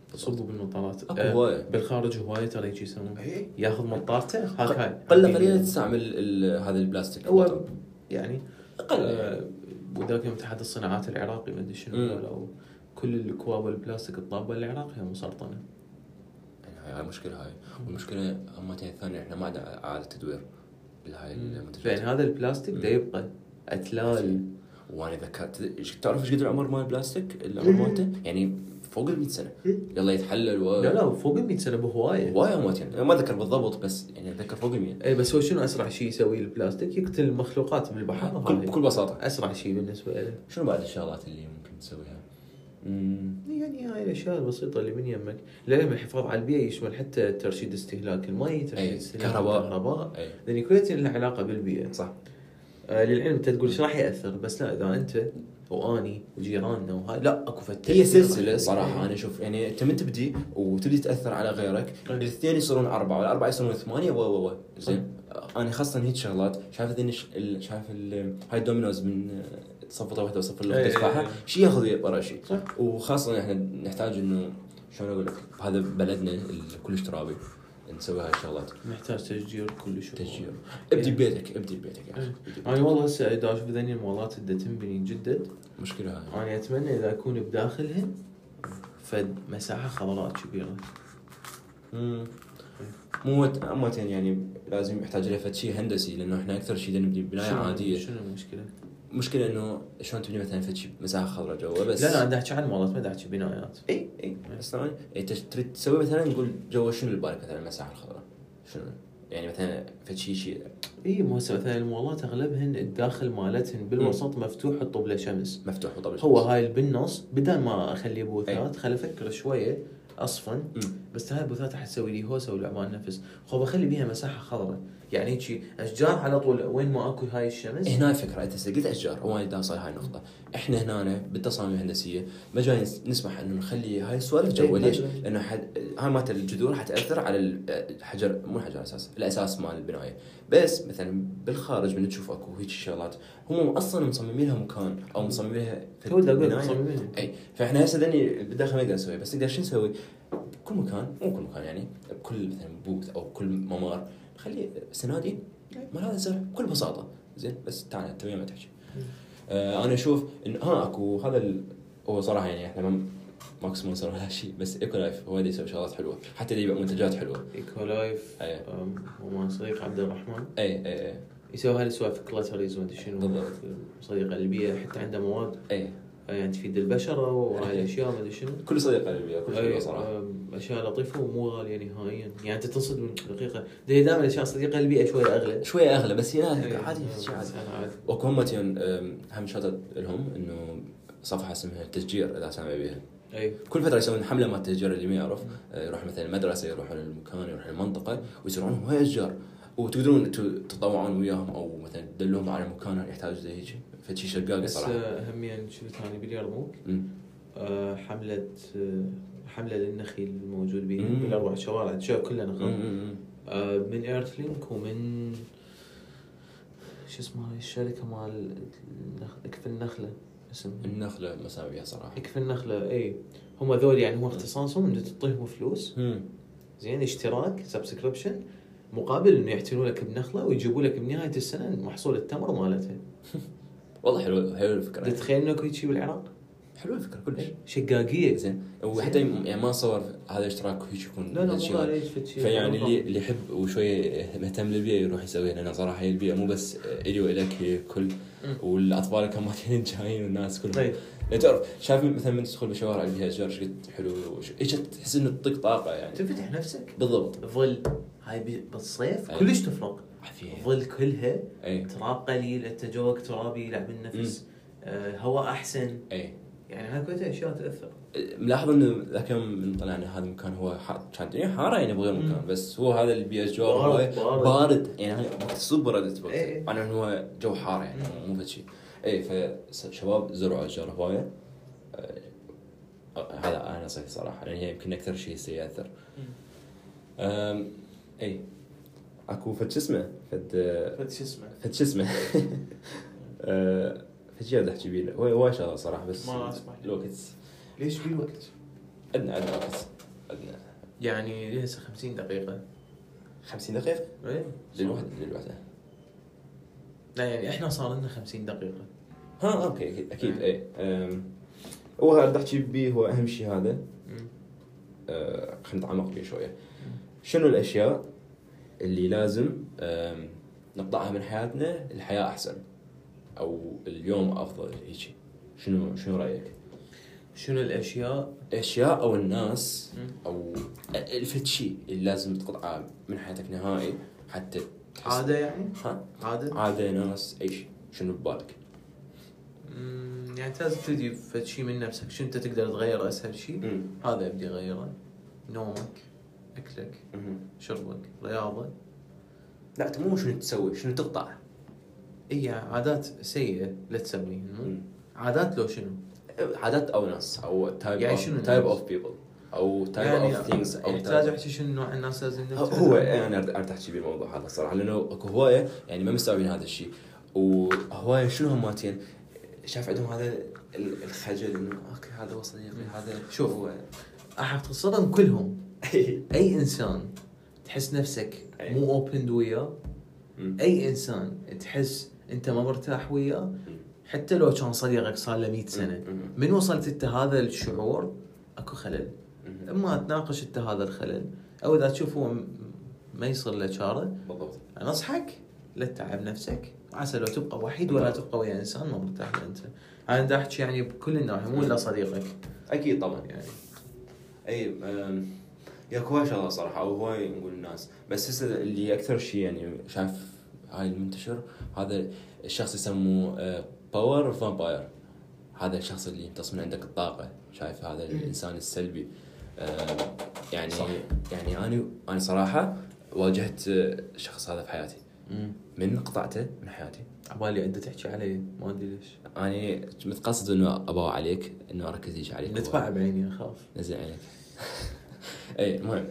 Speaker 1: صبوا بالمطارات.
Speaker 2: اكو
Speaker 1: آه
Speaker 2: هوايه
Speaker 1: بالخارج هوايه ترى يجي يسوون
Speaker 2: اي
Speaker 1: ياخذ مطارته هاك هاي
Speaker 2: قله قليله تستعمل ال- هذا البلاستيك
Speaker 1: هو
Speaker 2: البطل.
Speaker 1: يعني
Speaker 2: اقل
Speaker 1: آه وذاك يوم اتحاد الصناعات العراقي ما ادري شنو
Speaker 2: مم.
Speaker 1: قالوا كل الكواب البلاستيك الطابه للعراق هي مسرطنه.
Speaker 2: يعني هاي مشكله هاي. والمشكله همتين الثانيه احنا ما عندنا اعاده تدوير لهاي
Speaker 1: بين
Speaker 2: المنتجات.
Speaker 1: هذا البلاستيك دا يبقى اتلال.
Speaker 2: وانا ذكرت تعرف ايش قدر العمر مال البلاستيك العمر مالته يعني فوق ال مئة سنه يلا يتحلل و...
Speaker 1: لا لا فوق ال مئة سنه بهوايه.
Speaker 2: هوايه همتين انا ما اتذكر بالضبط بس يعني اتذكر فوق ال مئة.
Speaker 1: اي بس هو شنو اسرع شيء يسوي البلاستيك؟ يقتل المخلوقات بالبحر.
Speaker 2: بكل, بكل بساطه
Speaker 1: اسرع شيء بالنسبه له.
Speaker 2: شنو بعد الشغلات اللي ممكن تسويها؟ امم
Speaker 1: يعني هاي الاشياء البسيطه اللي من يمك. لازم الحفاظ على البيئه يشمل حتى ترشيد استهلاك المي، ترشيد
Speaker 2: أي.
Speaker 1: استهلاك
Speaker 2: كهرباء.
Speaker 1: الكهرباء،
Speaker 2: اي
Speaker 1: لان كليتين لها علاقه بالبيئه.
Speaker 2: صح.
Speaker 1: آه للعلم انت تقول ايش راح ياثر، بس لا اذا انت واني وجيراننا وهاي لا اكو فتة
Speaker 2: هي سلسله صراحه. انا اشوف يعني انت من تبدي وتبدي تاثر على غيرك
Speaker 1: أي.
Speaker 2: الاثنين يصيرون اربعه والاربعه يصيرون ثمانيه و و و زين. انا خاصه هيك شغلات شايف ذي ال- شايف ال- هاي الدومينوز من صفطه واحده وصف
Speaker 1: أي.
Speaker 2: اللي تدفعها شيء ياخذ برا شيء.
Speaker 1: صح.
Speaker 2: وخاصه احنا نحتاج انه شلون اقول لك بهذا بلدنا اللي كلش ترابي نسوي هاي الشغلات.
Speaker 1: نحتاج تشجير كل شيء.
Speaker 2: تشجير. ابدي ببيتك ابدي ببيتك يا اخي.
Speaker 1: أي.
Speaker 2: ابدي
Speaker 1: انا
Speaker 2: ببيتك.
Speaker 1: والله هسه اذا اشوف ذني المولات اللي تنبني جدد
Speaker 2: مشكله هاي.
Speaker 1: انا اتمنى اذا اكون بداخلهن فد مساحه خضراء كبيره.
Speaker 2: امم مو امتين يعني لازم يحتاج له فد شيء هندسي لانه احنا اكثر شيء نبني بنايه
Speaker 1: شنو-
Speaker 2: عاديه.
Speaker 1: شنو المشكله؟
Speaker 2: مشكله انه شلون تبني مثلا فد شيء مساحه خضراء جوا بس.
Speaker 1: لا لا انا احكي عن مولات ما احكي بنايات.
Speaker 2: اي اي بس طبعا اي تش- تريد تسوي مثلا نقول جوا شنو اللي بالك مثلا المساحه الخضراء شنو يعني مثلا فد شيء شيء.
Speaker 1: اي مو هسه مثلا المولات اغلبهن الداخل مالتهن بالوسط مفتوح حطوا بلا شمس.
Speaker 2: مفتوح وطبعا
Speaker 1: هو هاي بالنص بدل ما اخليه بوثات
Speaker 2: أي.
Speaker 1: خل افكر شويه اصفن.
Speaker 2: مم.
Speaker 1: بس هاي البوثات راح تسوي لي هوسه ولعبان نفس. خو بخلي بيها مساحه خضراء يعني هيك اشجار على طول وين ما اكو هاي الشمس.
Speaker 2: هنا الفكره انت قلت اشجار وايد دا صاير هاي النقطه. احنا هنا بالتصاميم الهندسيه ما جاي نسمح انه نخلي هاي السوالف جوا.
Speaker 1: أي،
Speaker 2: ليش؟
Speaker 1: ما-
Speaker 2: لانه حد... هاي مالت الجذور حتاثر على الحجر مو الحجر اساس الاساس مال البنايه. بس مثلا بالخارج من تشوف اكو هيك شغلات هم اصلا مصممين لها مكان او مصممين لها في
Speaker 1: تو دا اقول
Speaker 2: البناية.
Speaker 1: مصممين.
Speaker 2: اي فاحنا هسه ذني بالداخل ما نقدر نسوي بس نقدر شو نسوي بكل مكان مو كل مكان يعني بكل مثلا بوث او كل ممر نخلي سنادي مال هذا الزرع بكل بساطه زين. بس تعال انت ويا ما تحكي. آه انا اشوف ان ها اكو هذا ال... هو صراحه يعني احنا ما ماكو سبونسر ولا شيء بس ايكو لايف هو اللي يسوي شغلات حلوه حتى اللي يبيع منتجات حلوه.
Speaker 1: ايكو لايف.
Speaker 2: أي.
Speaker 1: أم، وما صديق عبد الرحمن
Speaker 2: اي اي اي
Speaker 1: يسوي هاي السوالف كلاتريز وما ادري شنو.
Speaker 2: بالضبط.
Speaker 1: صديق البيئه حتى عنده مواد
Speaker 2: اي
Speaker 1: يعني تفيد البشره وهاي الاشياء ما ادري شنو.
Speaker 2: كل صديق قلبي كل شيء
Speaker 1: أي،
Speaker 2: صراحه.
Speaker 1: أم، اشياء لطيفه ومو غاليه نهائيا يعني انت تصد من دقيقه دائما الاشياء صديقه البيئه شويه اغلى.
Speaker 2: شويه اغلى بس هي
Speaker 1: أي،
Speaker 2: عادي
Speaker 1: أم،
Speaker 2: شيء عادي.
Speaker 1: بس أنا عادي.
Speaker 2: واكو هم تيون هم شاطر لهم انه صفحه اسمها التشجير اذا سامع بيها.
Speaker 1: اي
Speaker 2: كل فتره يسوون حمله مال التشجير اللي ما يعرف آه، يروح مثلا المدرسه يروح المكان يروح المنطقه ويزرعون هواي اشجار وتقدرون انتم تتطوعون وياهم او مثلا تدلوهم على مكان يحتاج زي هيك فشي شقاق
Speaker 1: بس
Speaker 2: صراحه.
Speaker 1: آه، هميا شفت ثاني باليرموك
Speaker 2: أمم.
Speaker 1: آه، حمله آه، حمله للنخيل الموجود بها
Speaker 2: مم.
Speaker 1: بالاربع شوارع الشارع كله نخل.
Speaker 2: أمم.
Speaker 1: آه، من ايرثلينك ومن شو اسمها هاي الشركه مال النخ- اكف النخله اسمها
Speaker 2: النخله ما سامع بيها صراحه.
Speaker 1: اكف النخله. اي هم ذول يعني هو اختصاصهم انه تعطيهم فلوس
Speaker 2: أمم.
Speaker 1: زين اشتراك سبسكريبشن مقابل انه يعتنوا لك بنخله ويجيبوا لك بنهايه السنه محصول التمر مالتها.
Speaker 2: والله حلو حلو الفكره.
Speaker 1: تتخيل انه هيك شيء بالعراق؟
Speaker 2: حلوه الفكره كلش
Speaker 1: شقاقيه.
Speaker 2: زين وحتى يعني ما صور هذا اشتراك هيك يكون
Speaker 1: لا لا
Speaker 2: هالشي
Speaker 1: مو
Speaker 2: هذا.
Speaker 1: قال فد شيء.
Speaker 2: فيعني اللي اللي يحب وشوي مهتم للبيئه يروح يسويها لان صراحه هي البيئه مو بس الي والك هي كل والاطفال كمان جايين والناس كلهم.
Speaker 1: طيب
Speaker 2: لا تعرف شايف مثلا من تدخل بالشوارع اللي فيها اشجار ايش قد حلو وش- ايش تحس انه تطيق طاقه يعني.
Speaker 1: تنفتح نفسك.
Speaker 2: بالضبط.
Speaker 1: ظل هاي بي- بالصيف
Speaker 2: أي.
Speaker 1: كلش تفرق.
Speaker 2: عافيه.
Speaker 1: ظل كلها
Speaker 2: اي
Speaker 1: تراب قليل انت جوك ترابي يلعب بالنفس آه هواء احسن
Speaker 2: اي
Speaker 1: يعني هاي كلها اشياء تاثر.
Speaker 2: ملاحظ انه ذاك يوم من طلعنا هذا المكان هو حار كان الدنيا حاره يعني بغير
Speaker 1: مم.
Speaker 2: مكان بس هو هذا اللي بيه اشجار
Speaker 1: بارد-
Speaker 2: هواي
Speaker 1: بارد.
Speaker 2: بارد يعني وقت الصيف بردت وقت
Speaker 1: إي.
Speaker 2: مع انه هو جو حار يعني
Speaker 1: مم.
Speaker 2: مو فد شيء. اي فشباب زرعوا اشجار هوايه. آه، هذا انا نصيحتي صراحه لان هي يمكن اكثر شيء سيأثر. أم، اي اكو فد شو اسمه فد
Speaker 1: فد شو اسمه
Speaker 2: فد شو اسمه أه، فد شيء بدي احكي بيه هو هو شغله صراحه بس
Speaker 1: ما أسمع.
Speaker 2: الوقت
Speaker 1: ليش في وقت؟
Speaker 2: عندنا عندنا وقت
Speaker 1: يعني هسه خمسين دقيقة.
Speaker 2: خمسين دقيقة؟
Speaker 1: ايه
Speaker 2: للوحدة للوحدة.
Speaker 1: لا يعني احنا صار لنا خمسين دقيقة.
Speaker 2: ها اوكي اكيد اكيد ايه. هو هذا تحكي بيه هو اهم شيء هذا. أه خلينا نتعمق فيه شوية. شنو الاشياء اللي لازم نقطعها من حياتنا الحياة احسن او اليوم افضل هيك؟ شنو شنو رايك؟
Speaker 1: شنو الاشياء
Speaker 2: اشياء او الناس او الفت شيء اللي لازم تقطعه من حياتك نهائي حتى تحس.
Speaker 1: عادة يعني؟
Speaker 2: ها
Speaker 1: عادة
Speaker 2: عادة ناس اي شيء. شنو ببالك؟
Speaker 1: امم يعني لازم تبدي فد شيء من نفسك. شو انت تقدر تغيره اسهل شيء؟ هذا ابدي اغيره. نومك، اكلك،
Speaker 2: مم.
Speaker 1: شربك، رياضة.
Speaker 2: لا مو شنو تسوي، شنو تقطع.
Speaker 1: اي عادات سيئة لا تسويها. عادات لو شنو؟
Speaker 2: عادات او ناس او تايب
Speaker 1: يعني
Speaker 2: of تايب اوف بيبل او تايب
Speaker 1: يعني
Speaker 2: اوف ثينجز او
Speaker 1: يحتاج احكي شنو نوع الناس لازم
Speaker 2: هو انا اريد احكي بالموضوع هذا الصراحه لانه اكو هوايه يعني ما مستوعبين هذا الشيء. وهوايه شنو هماتين شايف عندهم هذا الخجل انه اوكي هذا هو صديقي هذا.
Speaker 1: شوف هو احب تصدم كلهم. اي انسان تحس نفسك مو اوبن وياه، اي انسان تحس انت ما مرتاح وياه، حتى لو كان صديقك صار له مئة سنه، من وصلت انت هذا الشعور اكو خلل. اما تناقش انت هذا الخلل او اذا تشوف هو ما يصير له شاره
Speaker 2: بالضبط،
Speaker 1: انا انصحك لا تتعب نفسك. عسى لو تبقى وحيد ولا تبقى ويا انسان ما مرتاح له انت. انا دا احكي يعني بكل النواحي مو الا صديقك.
Speaker 2: اكيد طبعا
Speaker 1: يعني
Speaker 2: اي يا هواي شغله صراحه او هواي نقول الناس. بس هسه اللي اكثر شيء يعني شايف هاي المنتشر هذا الشخص يسموه باور فامباير. هذا الشخص اللي يمتص من عندك الطاقه. شايف هذا الانسان السلبي. يعني صح. يعني انا انا صراحه واجهت الشخص هذا في حياتي.
Speaker 1: مم.
Speaker 2: من قطعته من حياتي.
Speaker 1: عبالي انت تحكي علي ما ادري ليش.
Speaker 2: انا متقصد انه ابغى عليك انه اركز هيك عليك.
Speaker 1: نتبع بعيني اخاف.
Speaker 2: نزل عينك. اي المهم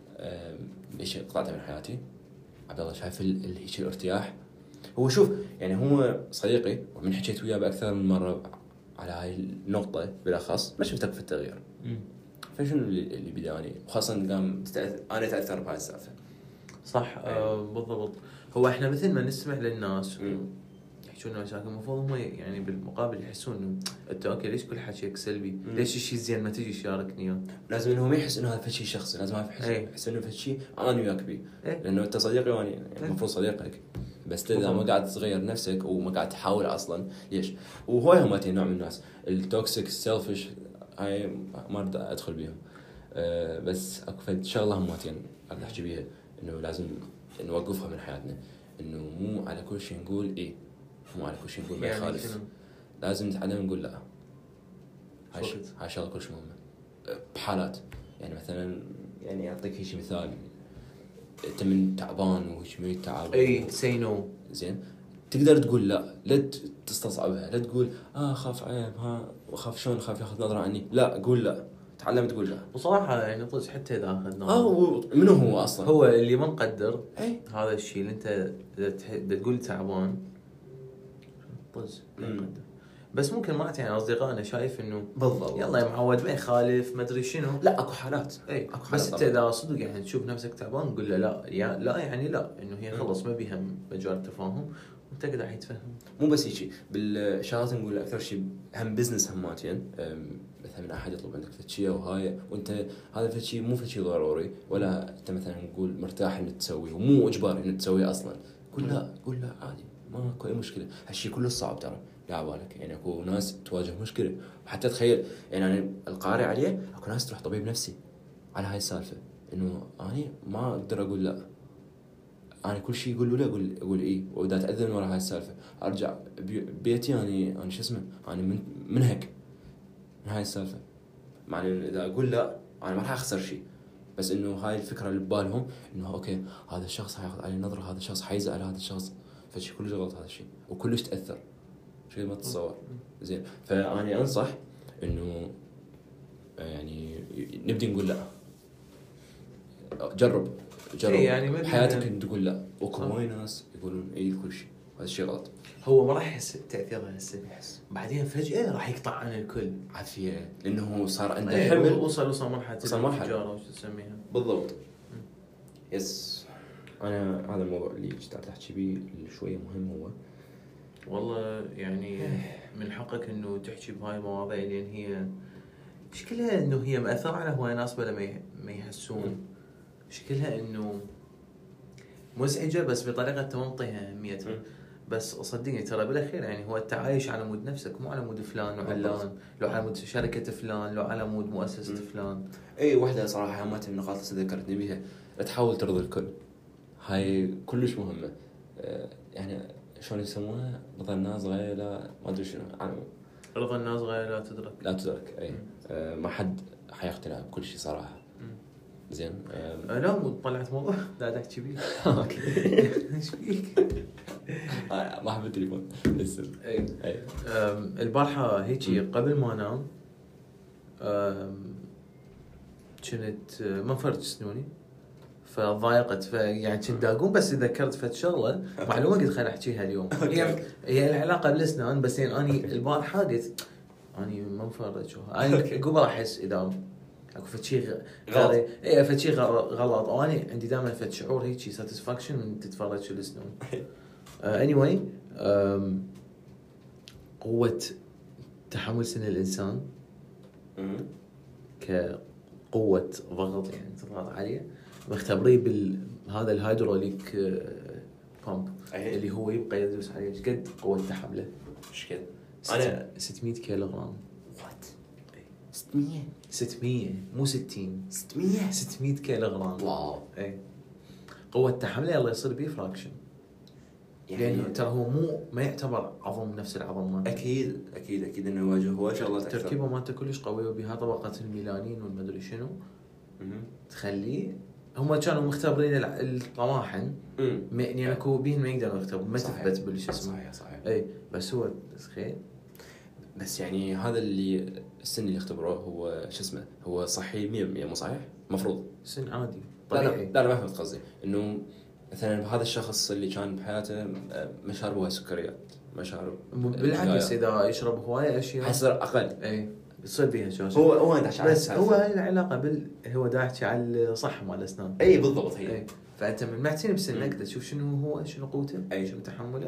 Speaker 2: ايش قطعته من حياتي. عبد الله شايف هيك الارتياح. هو شوف يعني هو صديقي ومن حكيت وياه باكثر من مره على هاي النقطه بالاخص ما شفتك في التغيير.
Speaker 1: امم
Speaker 2: فشنو اللي اللي بداني وخاصه قام تتأثر انا اتاثر بهاي السالفه.
Speaker 1: صح آه بالضبط. هو احنا مثل ما نسمع للناس يحكون مشاكل المفروض هم يعني بالمقابل يحسون انه انت اوكي ليش كل حكيك سلبي؟ مم. ليش الشيء زين ما تجي تشاركني اياه؟
Speaker 2: لازم انه ما يحس انه هذا شيء شخصي. لازم ما يحس
Speaker 1: ايه.
Speaker 2: يحس انه في شيء انا وياك بيه.
Speaker 1: ايه.
Speaker 2: لانه انت صديقي وانا يعني المفروض صديقك. بس اذا ما قاعد تغير نفسك وما قاعد تحاول اصلا ليش؟ وهواي هماتي نوع من الناس التوكسيك السيلفش هاي ما اريد ادخل بيهم. أه بس اكو فد شغله هماتين اريد احكي بيها انه لازم نوقفها من حياتنا. انه مو على كل شيء نقول ايه، مو على كل شيء نقول ما يخالف. يعني لازم نتعلم نقول لا. هاي هاي شغله كلش مهمه بحالات. يعني مثلا يعني اعطيك هيك مثال. انت من تعبان وهيك من تعب
Speaker 1: اي سي نو
Speaker 2: زين تقدر تقول لا. لا تستصعبها. لا تقول اه خاف عيب ها وخاف شلون خاف ياخذ نظره عني. لا قول لا. تعلم تقول لا.
Speaker 1: وصراحه يعني طز حتى اذا اخذنا
Speaker 2: اه منو هو اصلا
Speaker 1: هو اللي ما نقدر
Speaker 2: اي
Speaker 1: هذا الشيء اللي انت اذا تقول تعبان طز ما نقدر. بس ممكن مرات يعني اصدقائنا شايف انه
Speaker 2: بالضبط
Speaker 1: يلا يا معود ما يخالف ما ادري شنو.
Speaker 2: لا اكو حالات
Speaker 1: اي اكو حالات. بس انت اذا صدق يعني تشوف نفسك تعبان قول له لا. يا لا يعني لا انه هي خلص ما بيها مجال تفاهم وانت قاعد يتفهم.
Speaker 2: مو بس هيك بالشغلات نقول اكثر شيء هم بزنس هماتين. مثلا من احد يطلب عندك فتشيه وهاي وانت هذا الشيء مو فتشي ضروري ولا انت مثلا نقول مرتاح انك تسويه ومو اجباري انك تسويه اصلا. قول لا قول لا عادي ما اكو اي مشكله. هالشيء كله صعب ترى لا بالك. يعني اكو ناس تواجه مشكله وحتى تخيل يعني أنا القارئ عليه اكو ناس تروح طبيب نفسي على هاي السالفه انه انا ما اقدر اقول لا. انا كل شيء يقول له لا اقول اقول ايه. واذا تاذن ورا هاي السالفه ارجع بيتي انا انا شو اسمه انا من منهك من هاي السالفه. معنى اذا اقول لا انا ما راح اخسر شيء. بس انه هاي الفكره اللي ببالهم انه اوكي هذا الشخص حياخذ علي نظره هذا الشخص حيزعل هذا الشخص فشي كلش غلط هذا الشيء وكلش تاثر شيء ما تتصور. زين فاني انصح انه يعني نبدي نقول لا. جرب جرب
Speaker 1: يعني
Speaker 2: بحياتك انت تقول لا. واكو وايد ناس يقولون اي كل شيء هذا الشيء غلط.
Speaker 1: هو ما راح يحس بتاثيرها هسه،
Speaker 2: يحس
Speaker 1: بعدين فجاه راح يقطع عن الكل
Speaker 2: عافيه لانه صار عنده
Speaker 1: ايه
Speaker 2: حمل.
Speaker 1: وصل وصل مرحله
Speaker 2: وصل مرحلة.
Speaker 1: الانفجار وش تسميها.
Speaker 2: بالضبط. يس. انا هذا الموضوع اللي جيت احكي بيه شويه مهم هو
Speaker 1: والله يعني من حقك انه تحكي بهاي المواضيع لان هي مشكلها انه هي مأثرة على هواي ناس بلا ما ي- ما يحسون. مشكلها انه مزعجة بس بطريقة تنطيها أهميتها. بس صدقني ترى بالاخير يعني هو التعايش على مود نفسك مو على مود فلان وعلان، لو على مود شركة فلان، لو على مود مؤسسة
Speaker 2: م.
Speaker 1: فلان.
Speaker 2: اي وحده صراحه هامات النقاط اللي ذكرتني بيها، تحاول ترضي الكل، هاي كلش مهمه. أه يعني شلون يسموها؟ رضا الناس غير لا ما ادري شنو على
Speaker 1: رضا الناس غاية لا تدرك.
Speaker 2: لا تدرك. اي أه ما حد حيقتنع بكل شيء صراحه. زين.
Speaker 1: أه لا مو طلعت موضوع لا تحكي بيه.
Speaker 2: اوكي.
Speaker 1: ايش فيك؟
Speaker 2: ما احب التليفون بس.
Speaker 1: اي
Speaker 2: اي
Speaker 1: أم، البارحة هيجي قبل ما انام أم، كنت ما فرت سنوني فضايقت فيعني كنت اقوم بس تذكرت فد شغله معلومه قلت خليني احكيها اليوم. هي هي العلاقه بالاسنان بس يعني اني البارحه قلت اني ما مفرج شو انا قبل احس اذا اكو فد شيء غلط اي فد شيء غلط او انا عندي دائما فد شعور هيك ساتسفاكشن من تتفرج شو الاسنان. اني واي قوه تحمل سن الانسان كقوه ضغط يعني تضغط عاليه مختبريه بهذا الهيدروليك بامب اللي هو يبقى يدوس عليه. ايش قد قوه تحمله؟
Speaker 2: ايش قد؟
Speaker 1: انا ستمية كيلو جرام.
Speaker 2: وات؟ ستمية؟
Speaker 1: ستمية مو ستين.
Speaker 2: ستمية؟
Speaker 1: ستمية كيلو جرام.
Speaker 2: واو.
Speaker 1: اي قوه تحمله يلا يصير بيه فراكشن يعني لانه ترى هو مو ما يعتبر عظم نفس العظم مالته.
Speaker 2: اكيد اكيد اكيد انه يواجه هو شغلات اكثر.
Speaker 1: تركيبه مالته كلش قويه وبها طبقه الميلانين والمدري شنو تخليه. هم كانوا مختبرين الطواحن يعني اكو بين ما يقدروا يختبروا ما تثبت بالشيء اسمه.
Speaker 2: صحيح صحيح.
Speaker 1: اي بس هو خير.
Speaker 2: بس يعني هذا اللي السن اللي اختبروه هو شو اسمه هو صحي مية بالمية مو صحيح؟ مفروض
Speaker 1: سن عادي
Speaker 2: طبيعي. لا لا ما فهمت قصدي انه مثلا هذا الشخص اللي كان بحياته ما شارب هواي سكريات ما شارب
Speaker 1: بالعكس اذا يشرب هواي اشياء
Speaker 2: حيصير اقل.
Speaker 1: اي يصير بيها شوشه.
Speaker 2: هو هو داش على
Speaker 1: بس هو هاي العلاقه بال هو داعش على الصحه مال الاسنان.
Speaker 2: اي بالضبط هي.
Speaker 1: أي. فانت من معتني بسنك تشوف شنو هو شنو قوته
Speaker 2: أي.
Speaker 1: شنو تحمله.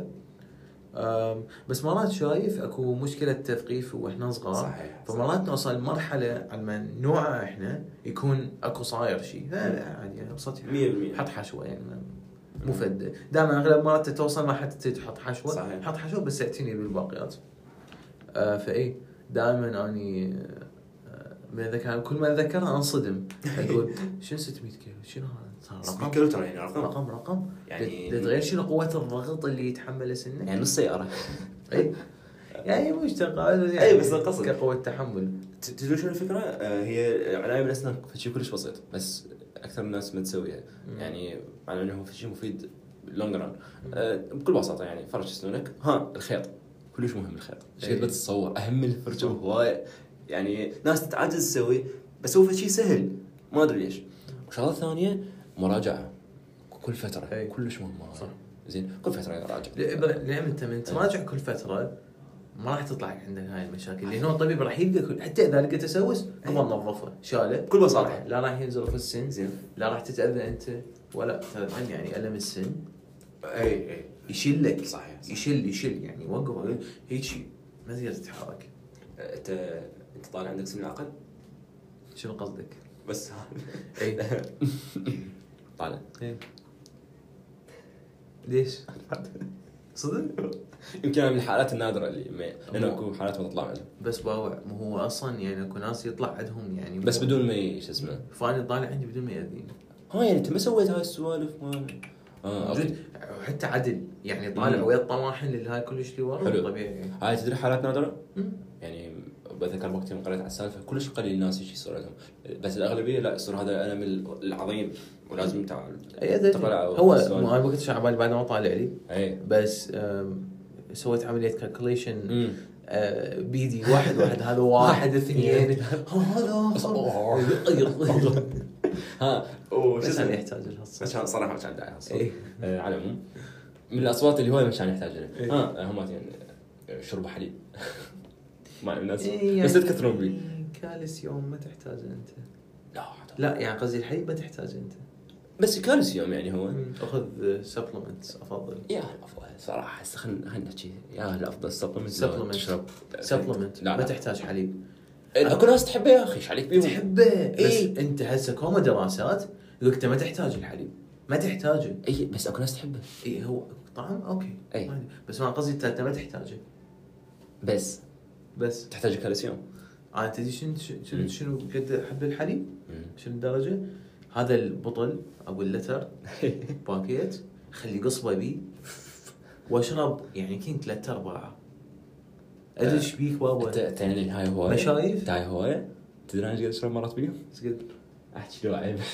Speaker 1: بس مرات شايف اكو مشكله تثقيف واحنا صغار.
Speaker 2: صحيح.
Speaker 1: فمرات نوصل مرحله على ما نوعى احنا يكون اكو صاير شيء لا عادي ابسط
Speaker 2: مية بالمية
Speaker 1: حط حشوه يعني مو فد دائما اغلب مرات توصل ما حتى تحط حشوه.
Speaker 2: صحيح.
Speaker 1: حط حشوه بس اعتني بالباقيات. آه فاي دائما اني من ذكر كل ما اتذكرها انصدم اقول شنو ستمية كيلو شنو هذا
Speaker 2: ستمية كيلو ترى يعني رقم
Speaker 1: رقم رقم
Speaker 2: يعني
Speaker 1: تغير شنو قوه الضغط اللي يتحمله سنه
Speaker 2: يعني نص سياره.
Speaker 1: اي يعني مش تقال يعني
Speaker 2: اي بس القصد
Speaker 1: كقوه تحمل.
Speaker 2: تدري شنو الفكره؟ آه هي عنايه بالاسنان شيء كلش بسيط بس اكثر الناس ما تسويها. يعني مع انه هو شيء مفيد لونج ران. آه بكل بساطه يعني فرش اسنانك ها الخيط كلش مهم. الخيط ايش قد بتتصور اهم الفرشه هواي يعني ناس تتعجز تسوي بس هو شيء سهل ما ادري ليش. وشغله ثانيه مراجعه كل فتره.
Speaker 1: أي.
Speaker 2: كلش مهمه.
Speaker 1: صح.
Speaker 2: زين كل فتره راجع
Speaker 1: لان انت من تراجع كل فتره ما راح تطلع عندك هاي المشاكل لانه الطبيب راح يلقى حتى اذا لقى تسوس قبل نظفه شاله
Speaker 2: بكل بساطه.
Speaker 1: لا راح ينزل في السن
Speaker 2: زين
Speaker 1: لا راح تتاذى انت ولا ترى يعني الم السن
Speaker 2: اي اي
Speaker 1: يشلك.
Speaker 2: صحيح, صحيح.
Speaker 1: يشل يشل يعني وقف هيك ما تقدر تتحرك.
Speaker 2: انت انت طالع عندك سن العقل
Speaker 1: شنو قصدك؟
Speaker 2: بس
Speaker 1: اي
Speaker 2: طالع
Speaker 1: اي ليش؟ صدق؟
Speaker 2: يمكن من الحالات النادره اللي ما لانه اكو حالات ما تطلع عندهم
Speaker 1: بس باوع مو هو اصلا يعني اكو ناس يطلع عندهم يعني
Speaker 2: بس بدون ما شو اسمه
Speaker 1: فاني طالع عندي بدون ما ياذيني.
Speaker 2: ها يعني انت ما سويت هاي السوالف مال اه
Speaker 1: اوكي حتى عدل يعني طالع ويا الطواحن اللي هاي كلش اللي ورا طبيعي يعني.
Speaker 2: هاي تدري حالات نادره
Speaker 1: مم.
Speaker 2: يعني بذكر وقت يوم قريت على السالفه كلش قليل الناس يجي يصير لهم بس الاغلبيه لا يصير هذا الالم العظيم ولازم تعال
Speaker 1: تقلع هو مو انا وقت شعبان بعد ما طالع لي
Speaker 2: اي
Speaker 1: بس سويت عمليه كالكوليشن بيدي واحد واحد هذا واحد اثنين هذا
Speaker 2: ها
Speaker 1: بس انا يحتاج لها
Speaker 2: بس صراحه كان داعي
Speaker 1: اي
Speaker 2: على العموم من الاصوات اللي هو مش كان يحتاجها.
Speaker 1: إيه.
Speaker 2: ها هم يعني شرب حليب مع الناس
Speaker 1: إيه
Speaker 2: بس
Speaker 1: يعني
Speaker 2: لا تكثرون بي.
Speaker 1: كالسيوم ما تحتاجه انت.
Speaker 2: لا
Speaker 1: لا يعني قصدي الحليب ما تحتاجه انت.
Speaker 2: بس كالسيوم يعني هو
Speaker 1: اخذ سبلمنتس افضل.
Speaker 2: يا الافضل صراحه خلينا خلينا نحكي يا الافضل سبلمنت
Speaker 1: سبلمنت
Speaker 2: تشرب
Speaker 1: سبلمنت
Speaker 2: لا
Speaker 1: ما
Speaker 2: لا.
Speaker 1: تحتاج حليب.
Speaker 2: اكو ناس تحبه يا اخي، ايش عليك بيهم؟
Speaker 1: تحبه بس
Speaker 2: إيه؟
Speaker 1: انت هسه كوما دراسات يقول انت ما تحتاج الحليب، ما تحتاجه.
Speaker 2: اي بس اكو ناس تحبه.
Speaker 1: اي هو طعم اوكي
Speaker 2: أي.
Speaker 1: بس ما قصدي انت ما تحتاجه.
Speaker 2: بس
Speaker 1: بس
Speaker 2: تحتاج كالسيوم.
Speaker 1: انا تدري شنو شنو شنو قد احب الحليب؟
Speaker 2: مم.
Speaker 1: شنو الدرجه؟ هذا البطل او اللتر باكيت خلي قصبه بي واشرب يعني كين ثلاث ارباع. ادري ايش بيك بابا؟
Speaker 2: انت يعني هاي هوايه
Speaker 1: مشايف؟
Speaker 2: هاي هوايه تدري انا ايش قد اشرب مرات بيهم؟
Speaker 1: ايش قد؟
Speaker 2: احكي له عيب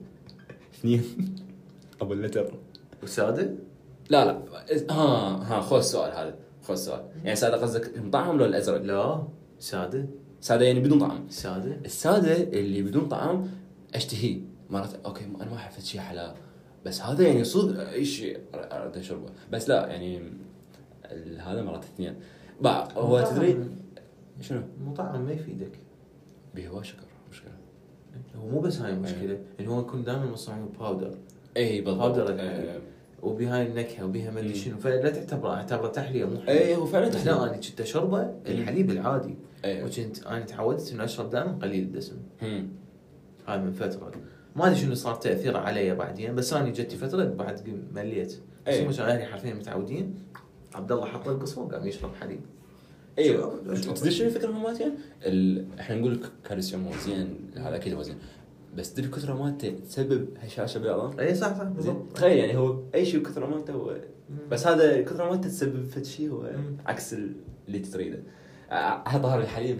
Speaker 2: اثنين ابو اللتر
Speaker 1: وساده؟
Speaker 2: لا لا ها ها خذ السؤال هذا، خذ السؤال يعني ساده قصدك مطعم ولا الازرق؟
Speaker 1: لا ساده.
Speaker 2: ساده يعني بدون طعم.
Speaker 1: ساده
Speaker 2: الساده اللي بدون طعم اشتهيه مرات. اوكي انا ما احب شيء حلا، بس هذا يعني صدق اي شيء اريد اشربه. بس لا يعني ال- هذا مرات اثنين بقى هو تدري شنو؟
Speaker 1: المطعم ما يفيدك
Speaker 2: به هو شكر مشكله.
Speaker 1: هو مو بس هاي المشكله ان هو يكون دائما مصنوع باودر
Speaker 2: اي بالضبط.
Speaker 1: باودر الحليب وبهاي النكهه وبها ما ادري شنو، فلا تعتبره اعتبره تحليه مو حليب.
Speaker 2: اي هو فعلا
Speaker 1: بس
Speaker 2: تحليه.
Speaker 1: لا انا كنت اشربه الحليب العادي
Speaker 2: اي
Speaker 1: وكنت انا تعودت انه اشرب دائما قليل الدسم.
Speaker 2: هم
Speaker 1: هاي من فتره ما ادري شنو صار تاثير علي بعدين، بس انا جتي فتره بعد مليت. بس
Speaker 2: أي.
Speaker 1: هم اهلي حرفيا متعودين عبد الله حط القصه وقام يشرب حليب.
Speaker 2: ايوه تدري شنو الفكره مالتين؟ ال... احنا نقول كالسيوم هو زين، هذا اكيد هو زين، بس تدري كثره مالته تسبب هشاشه بالعظام.
Speaker 1: اي صح صح
Speaker 2: زين
Speaker 1: بالضبط.
Speaker 2: تخيل يعني هو اي شيء كثره مالته هو، بس هذا كثره مالته تسبب فد شيء هو
Speaker 1: مم.
Speaker 2: عكس اللي تريده. على ظهر الحليب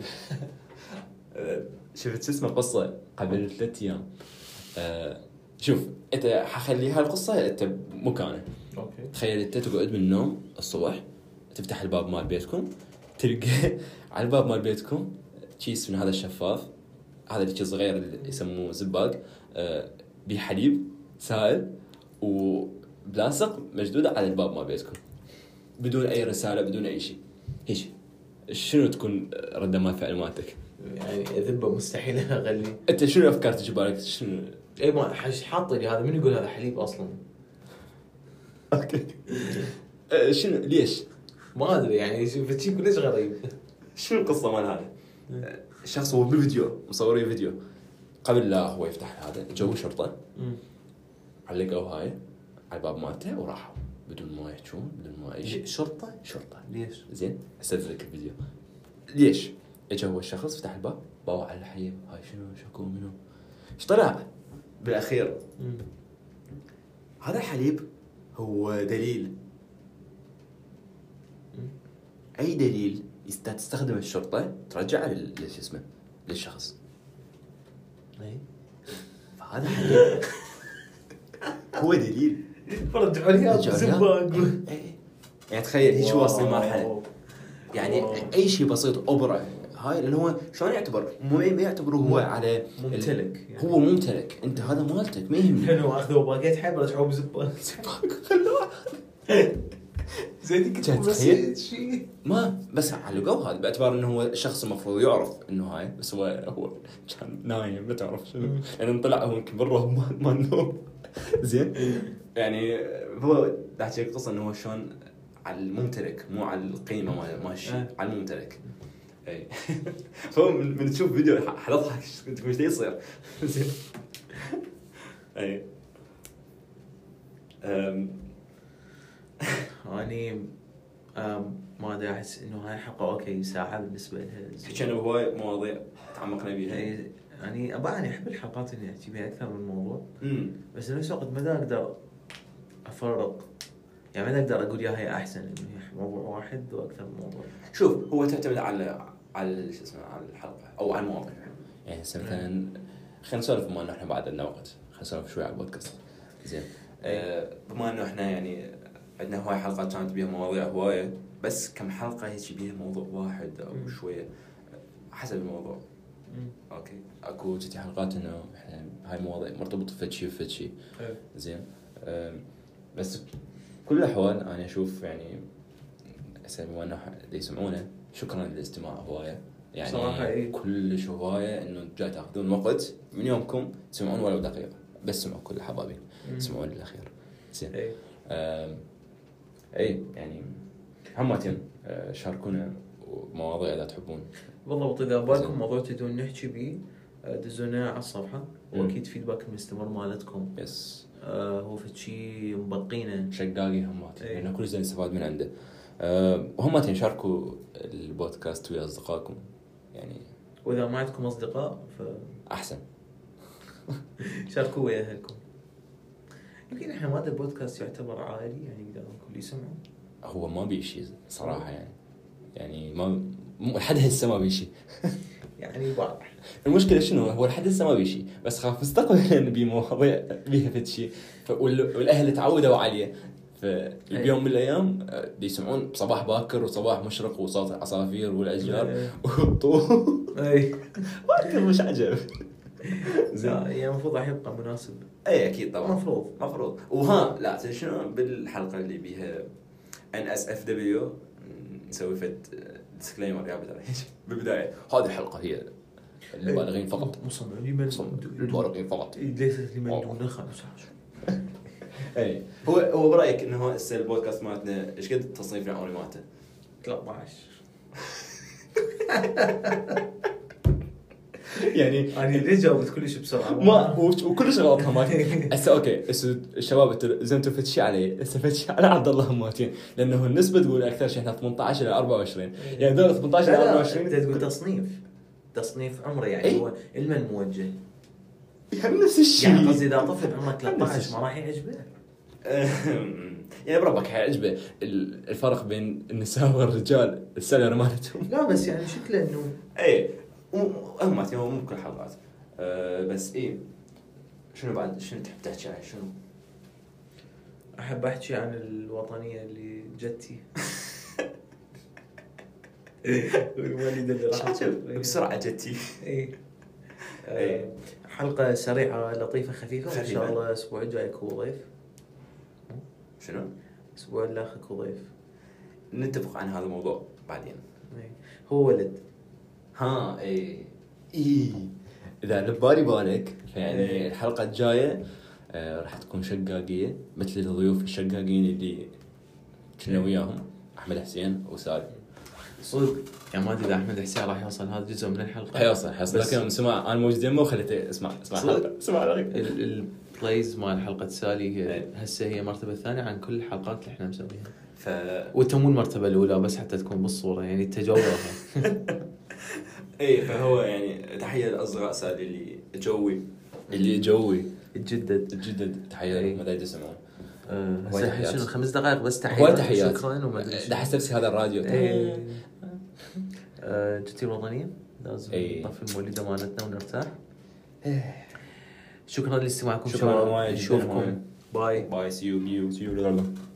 Speaker 2: شفت شو اسمه قصه قبل ثلاث ايام. أه شوف انت حخلي هالقصه انت مكانه.
Speaker 1: اوكي
Speaker 2: تخيل انت تقعد من النوم الصبح تفتح الباب مال بيتكم تلقى على الباب مال بيتكم كيس من هذا الشفاف، هذا اللي صغير اللي يسموه زباق، أه بحليب سائل وبلاصق مشدوده على الباب مال بيتكم بدون اي رساله بدون اي شيء. هيش شنو تكون رده ما فعل مالتك؟
Speaker 1: يعني ذبه مستحيل اغلي.
Speaker 2: انت شنو افكار تجي بالك؟ شنو
Speaker 1: اي ما حش حاط لي هذا من يقول هذا حليب اصلا.
Speaker 2: اوكي أه شنو ليش؟
Speaker 1: ما ادري يعني شوف شيء كلش غريب.
Speaker 2: شنو القصه مال هذا؟ الشخص هو بالفيديو مصورين فيديو قبل لا هو يفتح هذا جو شرطه علقوا هاي على الباب مالته وراحوا بدون ما يحجون بدون ما اي شيء.
Speaker 1: شرطه
Speaker 2: شرطه
Speaker 1: ليش؟
Speaker 2: زين استاذ لك الفيديو. ليش؟ اجى هو الشخص فتح الباب باوع على الحليب هاي شنو شكو منو ايش طلع بالاخير؟
Speaker 1: مم.
Speaker 2: هذا الحليب هو دليل.
Speaker 1: مم.
Speaker 2: اي دليل است- تستخدم الشرطه ترجعه لل شو اسمه للشخص.
Speaker 1: اي
Speaker 2: فهذا حليب هو دليل.
Speaker 1: رجعوا لي
Speaker 2: رجعوا لي
Speaker 1: زباق.
Speaker 2: إيه. يعني تخيل هيك واصل مرحله يعني
Speaker 1: واو.
Speaker 2: اي شيء بسيط اوبرا هاي لانه هو شلون يعتبر مو ما يعتبر هو على
Speaker 1: ممتلك يعني.
Speaker 2: هو ممتلك انت هذا مالتك ما يهمني.
Speaker 1: حلو اخذوا باقيت حب رجعوه بزباق.
Speaker 2: خلوه
Speaker 1: زين
Speaker 2: كنت
Speaker 1: بس
Speaker 2: تخيل؟
Speaker 1: شيء
Speaker 2: ما بس علقوه هذا باعتبار انه هو الشخص المفروض يعرف انه هاي بس هو هو كان نايم ما تعرف شنو
Speaker 1: مم.
Speaker 2: لان طلع هو يمكن برا ما ما النوم زين يعني هو تحكي القصه انه هو شلون على الممتلك مو على القيمه مال مال الشيء
Speaker 1: آه.
Speaker 2: على الممتلك. اي فهو من, من تشوف فيديو ح- حتضحك تقول ايش يصير زين. اي أم،
Speaker 1: اني أم، ما ادري احس انه هاي حلقه اوكي ساعه بالنسبه لها زين.
Speaker 2: حكينا بهواي مواضيع تعمقنا بيها.
Speaker 1: يعني يعني ابا انا احب الحلقات اللي احكي بها اكثر من موضوع،
Speaker 2: امم
Speaker 1: بس بنفس الوقت ما اقدر افرق، يعني ما اقدر اقول يا هي احسن انه هي موضوع واحد واكثر من موضوع.
Speaker 2: شوف هو تعتمد على على شو اسمه على الحلقه او على المواضيع. يعني هسه مثلا خلينا نسولف بما انه احنا بعد عندنا وقت خلينا نسولف شوي على البودكاست زين. آه بما انه احنا يعني عندنا هواي حلقات كانت بيها مواضيع هوايه بس كم حلقه هيك بيها موضوع واحد او
Speaker 1: مم.
Speaker 2: شويه حسب الموضوع.
Speaker 1: مم.
Speaker 2: اوكي اكو جتي حلقات انه احنا هاي مواضيع مرتبطه بفد شيء وفد شيء
Speaker 1: حلو.
Speaker 2: زين. آم، بس كل الأحوال أنا أشوف يعني بما أنه يسمعونه شكرا للاستماع هواية يعني
Speaker 1: صراحة إيه؟
Speaker 2: كل هواية إنه جاي تأخذون وقت من يومكم تسمعون ولو دقيقة بس سمعوا كل حبايبي تسمعون للأخير زين.
Speaker 1: إيه.
Speaker 2: آه إيه يعني همتين آه شاركونا مواضيع إذا تحبون.
Speaker 1: بالضبط إذا بالكم موضوع تدون نحكي بيه دزونا على الصفحة وأكيد فيدباك المستمر مالتكم
Speaker 2: يس
Speaker 1: آه هو في شيء مبقينا
Speaker 2: شقاقي هماتي
Speaker 1: إيه.
Speaker 2: لأنه كل زين نستفاد من عنده. أه وهماتين شاركوا البودكاست ويا أصدقائكم يعني
Speaker 1: وإذا ما عندكم أصدقاء ف
Speaker 2: أحسن
Speaker 1: شاركوا ويا أهلكم. يمكن إحنا هذا البودكاست يعتبر عائلي يعني يقدر الكل يسمعه.
Speaker 2: هو ما بيشي صراحة يعني يعني ما لحد هسه ما بيشي
Speaker 1: يعني واضح.
Speaker 2: المشكلة شنو هو لحد هسه ما بيشي بس خاف مستقبلا بمواضيع بيها فد شيء والأهل تعودوا عليه فاليوم من الأيام دي يسمعون بصباح باكر وصباح مشرق وصوت العصافير والأشجار والطوف
Speaker 1: أي
Speaker 2: ما مش عجب
Speaker 1: زين يعني المفروض راح يبقى مناسب.
Speaker 2: أي أكيد طبعا
Speaker 1: مفروض
Speaker 2: مفروض. وها لا تدري شنو بالحلقة اللي بيها إن إس إف دبليو نسوي فد ديسكليمر يا بداية بالبداية هذه الحلقة هي البالغين فقط
Speaker 1: مصمم لمن
Speaker 2: البالغين فقط
Speaker 1: ليست لمن دون الخمسة عشر.
Speaker 2: اي هو هو برايك انه هسه البودكاست مالتنا ايش قد تصنيف العمري مالته؟
Speaker 1: ثلاثة عشر
Speaker 2: يعني
Speaker 1: انا ليش جاوبت كلش بسرعه
Speaker 2: ما وكلش غلط هماتين هسه اوكي هسه الشباب زنتوا فتشي علي هسه فتشي على عبد الله هماتين لانه النسبه تقول اكثر شيء احنا ثمانية عشر الى أربعة وعشرين يعني دول ثمانية عشر الى أربعة وعشرين
Speaker 1: انت تقول تصنيف تصنيف عمره يعني
Speaker 2: أي؟
Speaker 1: هو المن موجه
Speaker 2: يعني نفس الشيء
Speaker 1: يعني قصدي اذا طفل عمره ثلاثة عشر ما راح يعجبه
Speaker 2: يعني بربك حيعجبه الفرق بين النساء والرجال السالري مالتهم.
Speaker 1: لا بس يعني شكله انه
Speaker 2: ايه هماتي هو مو كل حلقات أه بس ايه شنو بعد شنو تحب تحكي عن شنو؟
Speaker 1: احب احكي عن الوطنيه اللي جتي الوالده اللي راح
Speaker 2: بسرعه جتي.
Speaker 1: ايه أه حلقه سريعه لطيفه خفيفه, خفيفة. ان شاء الله الاسبوع الجاي اكو ضيف.
Speaker 2: شنو؟
Speaker 1: الاسبوع اللي اخذ ضيف
Speaker 2: نتفق عن هذا الموضوع بعدين.
Speaker 1: ايه هو ولد
Speaker 2: ها ايه ايه اذا لبالي بالك يعني
Speaker 1: إيه.
Speaker 2: الحلقه الجايه آه راح تكون شقاقيه مثل الضيوف الشقاقين اللي كنا وياهم احمد حسين وسالم.
Speaker 1: صدق يعني ما ادري اذا احمد حسين راح يوصل هذا جزء من الحلقه.
Speaker 2: حيوصل حيوصل لكن سمع انا موجود يمه وخليته اسمع اسمع الحلقه اسمع
Speaker 1: البلايز مال حلقه سالي هسه هي المرتبه الثانيه عن كل الحلقات اللي احنا مسويها
Speaker 2: ف
Speaker 1: وانت مو المرتبه الاولى بس حتى تكون بالصوره يعني تجوبها.
Speaker 2: ايه فهو يعني تحيه للاصدقاء سالي اللي جوي اللي جوي
Speaker 1: تجدد
Speaker 2: تجدد تحيه لهم ما يسمعون.
Speaker 1: هسه شنو خمس دقائق بس تحيه
Speaker 2: هو تحيات
Speaker 1: شكرا وما ادري
Speaker 2: ده حس نفسي هذا الراديو.
Speaker 1: ايه جتي الوطنيه لازم
Speaker 2: ايه.
Speaker 1: نطفي المولده مالتنا ونرتاح. شكرا لاستماعكم
Speaker 2: شكرا وايد
Speaker 1: نشوفكم باي
Speaker 2: باي سي يو سي يو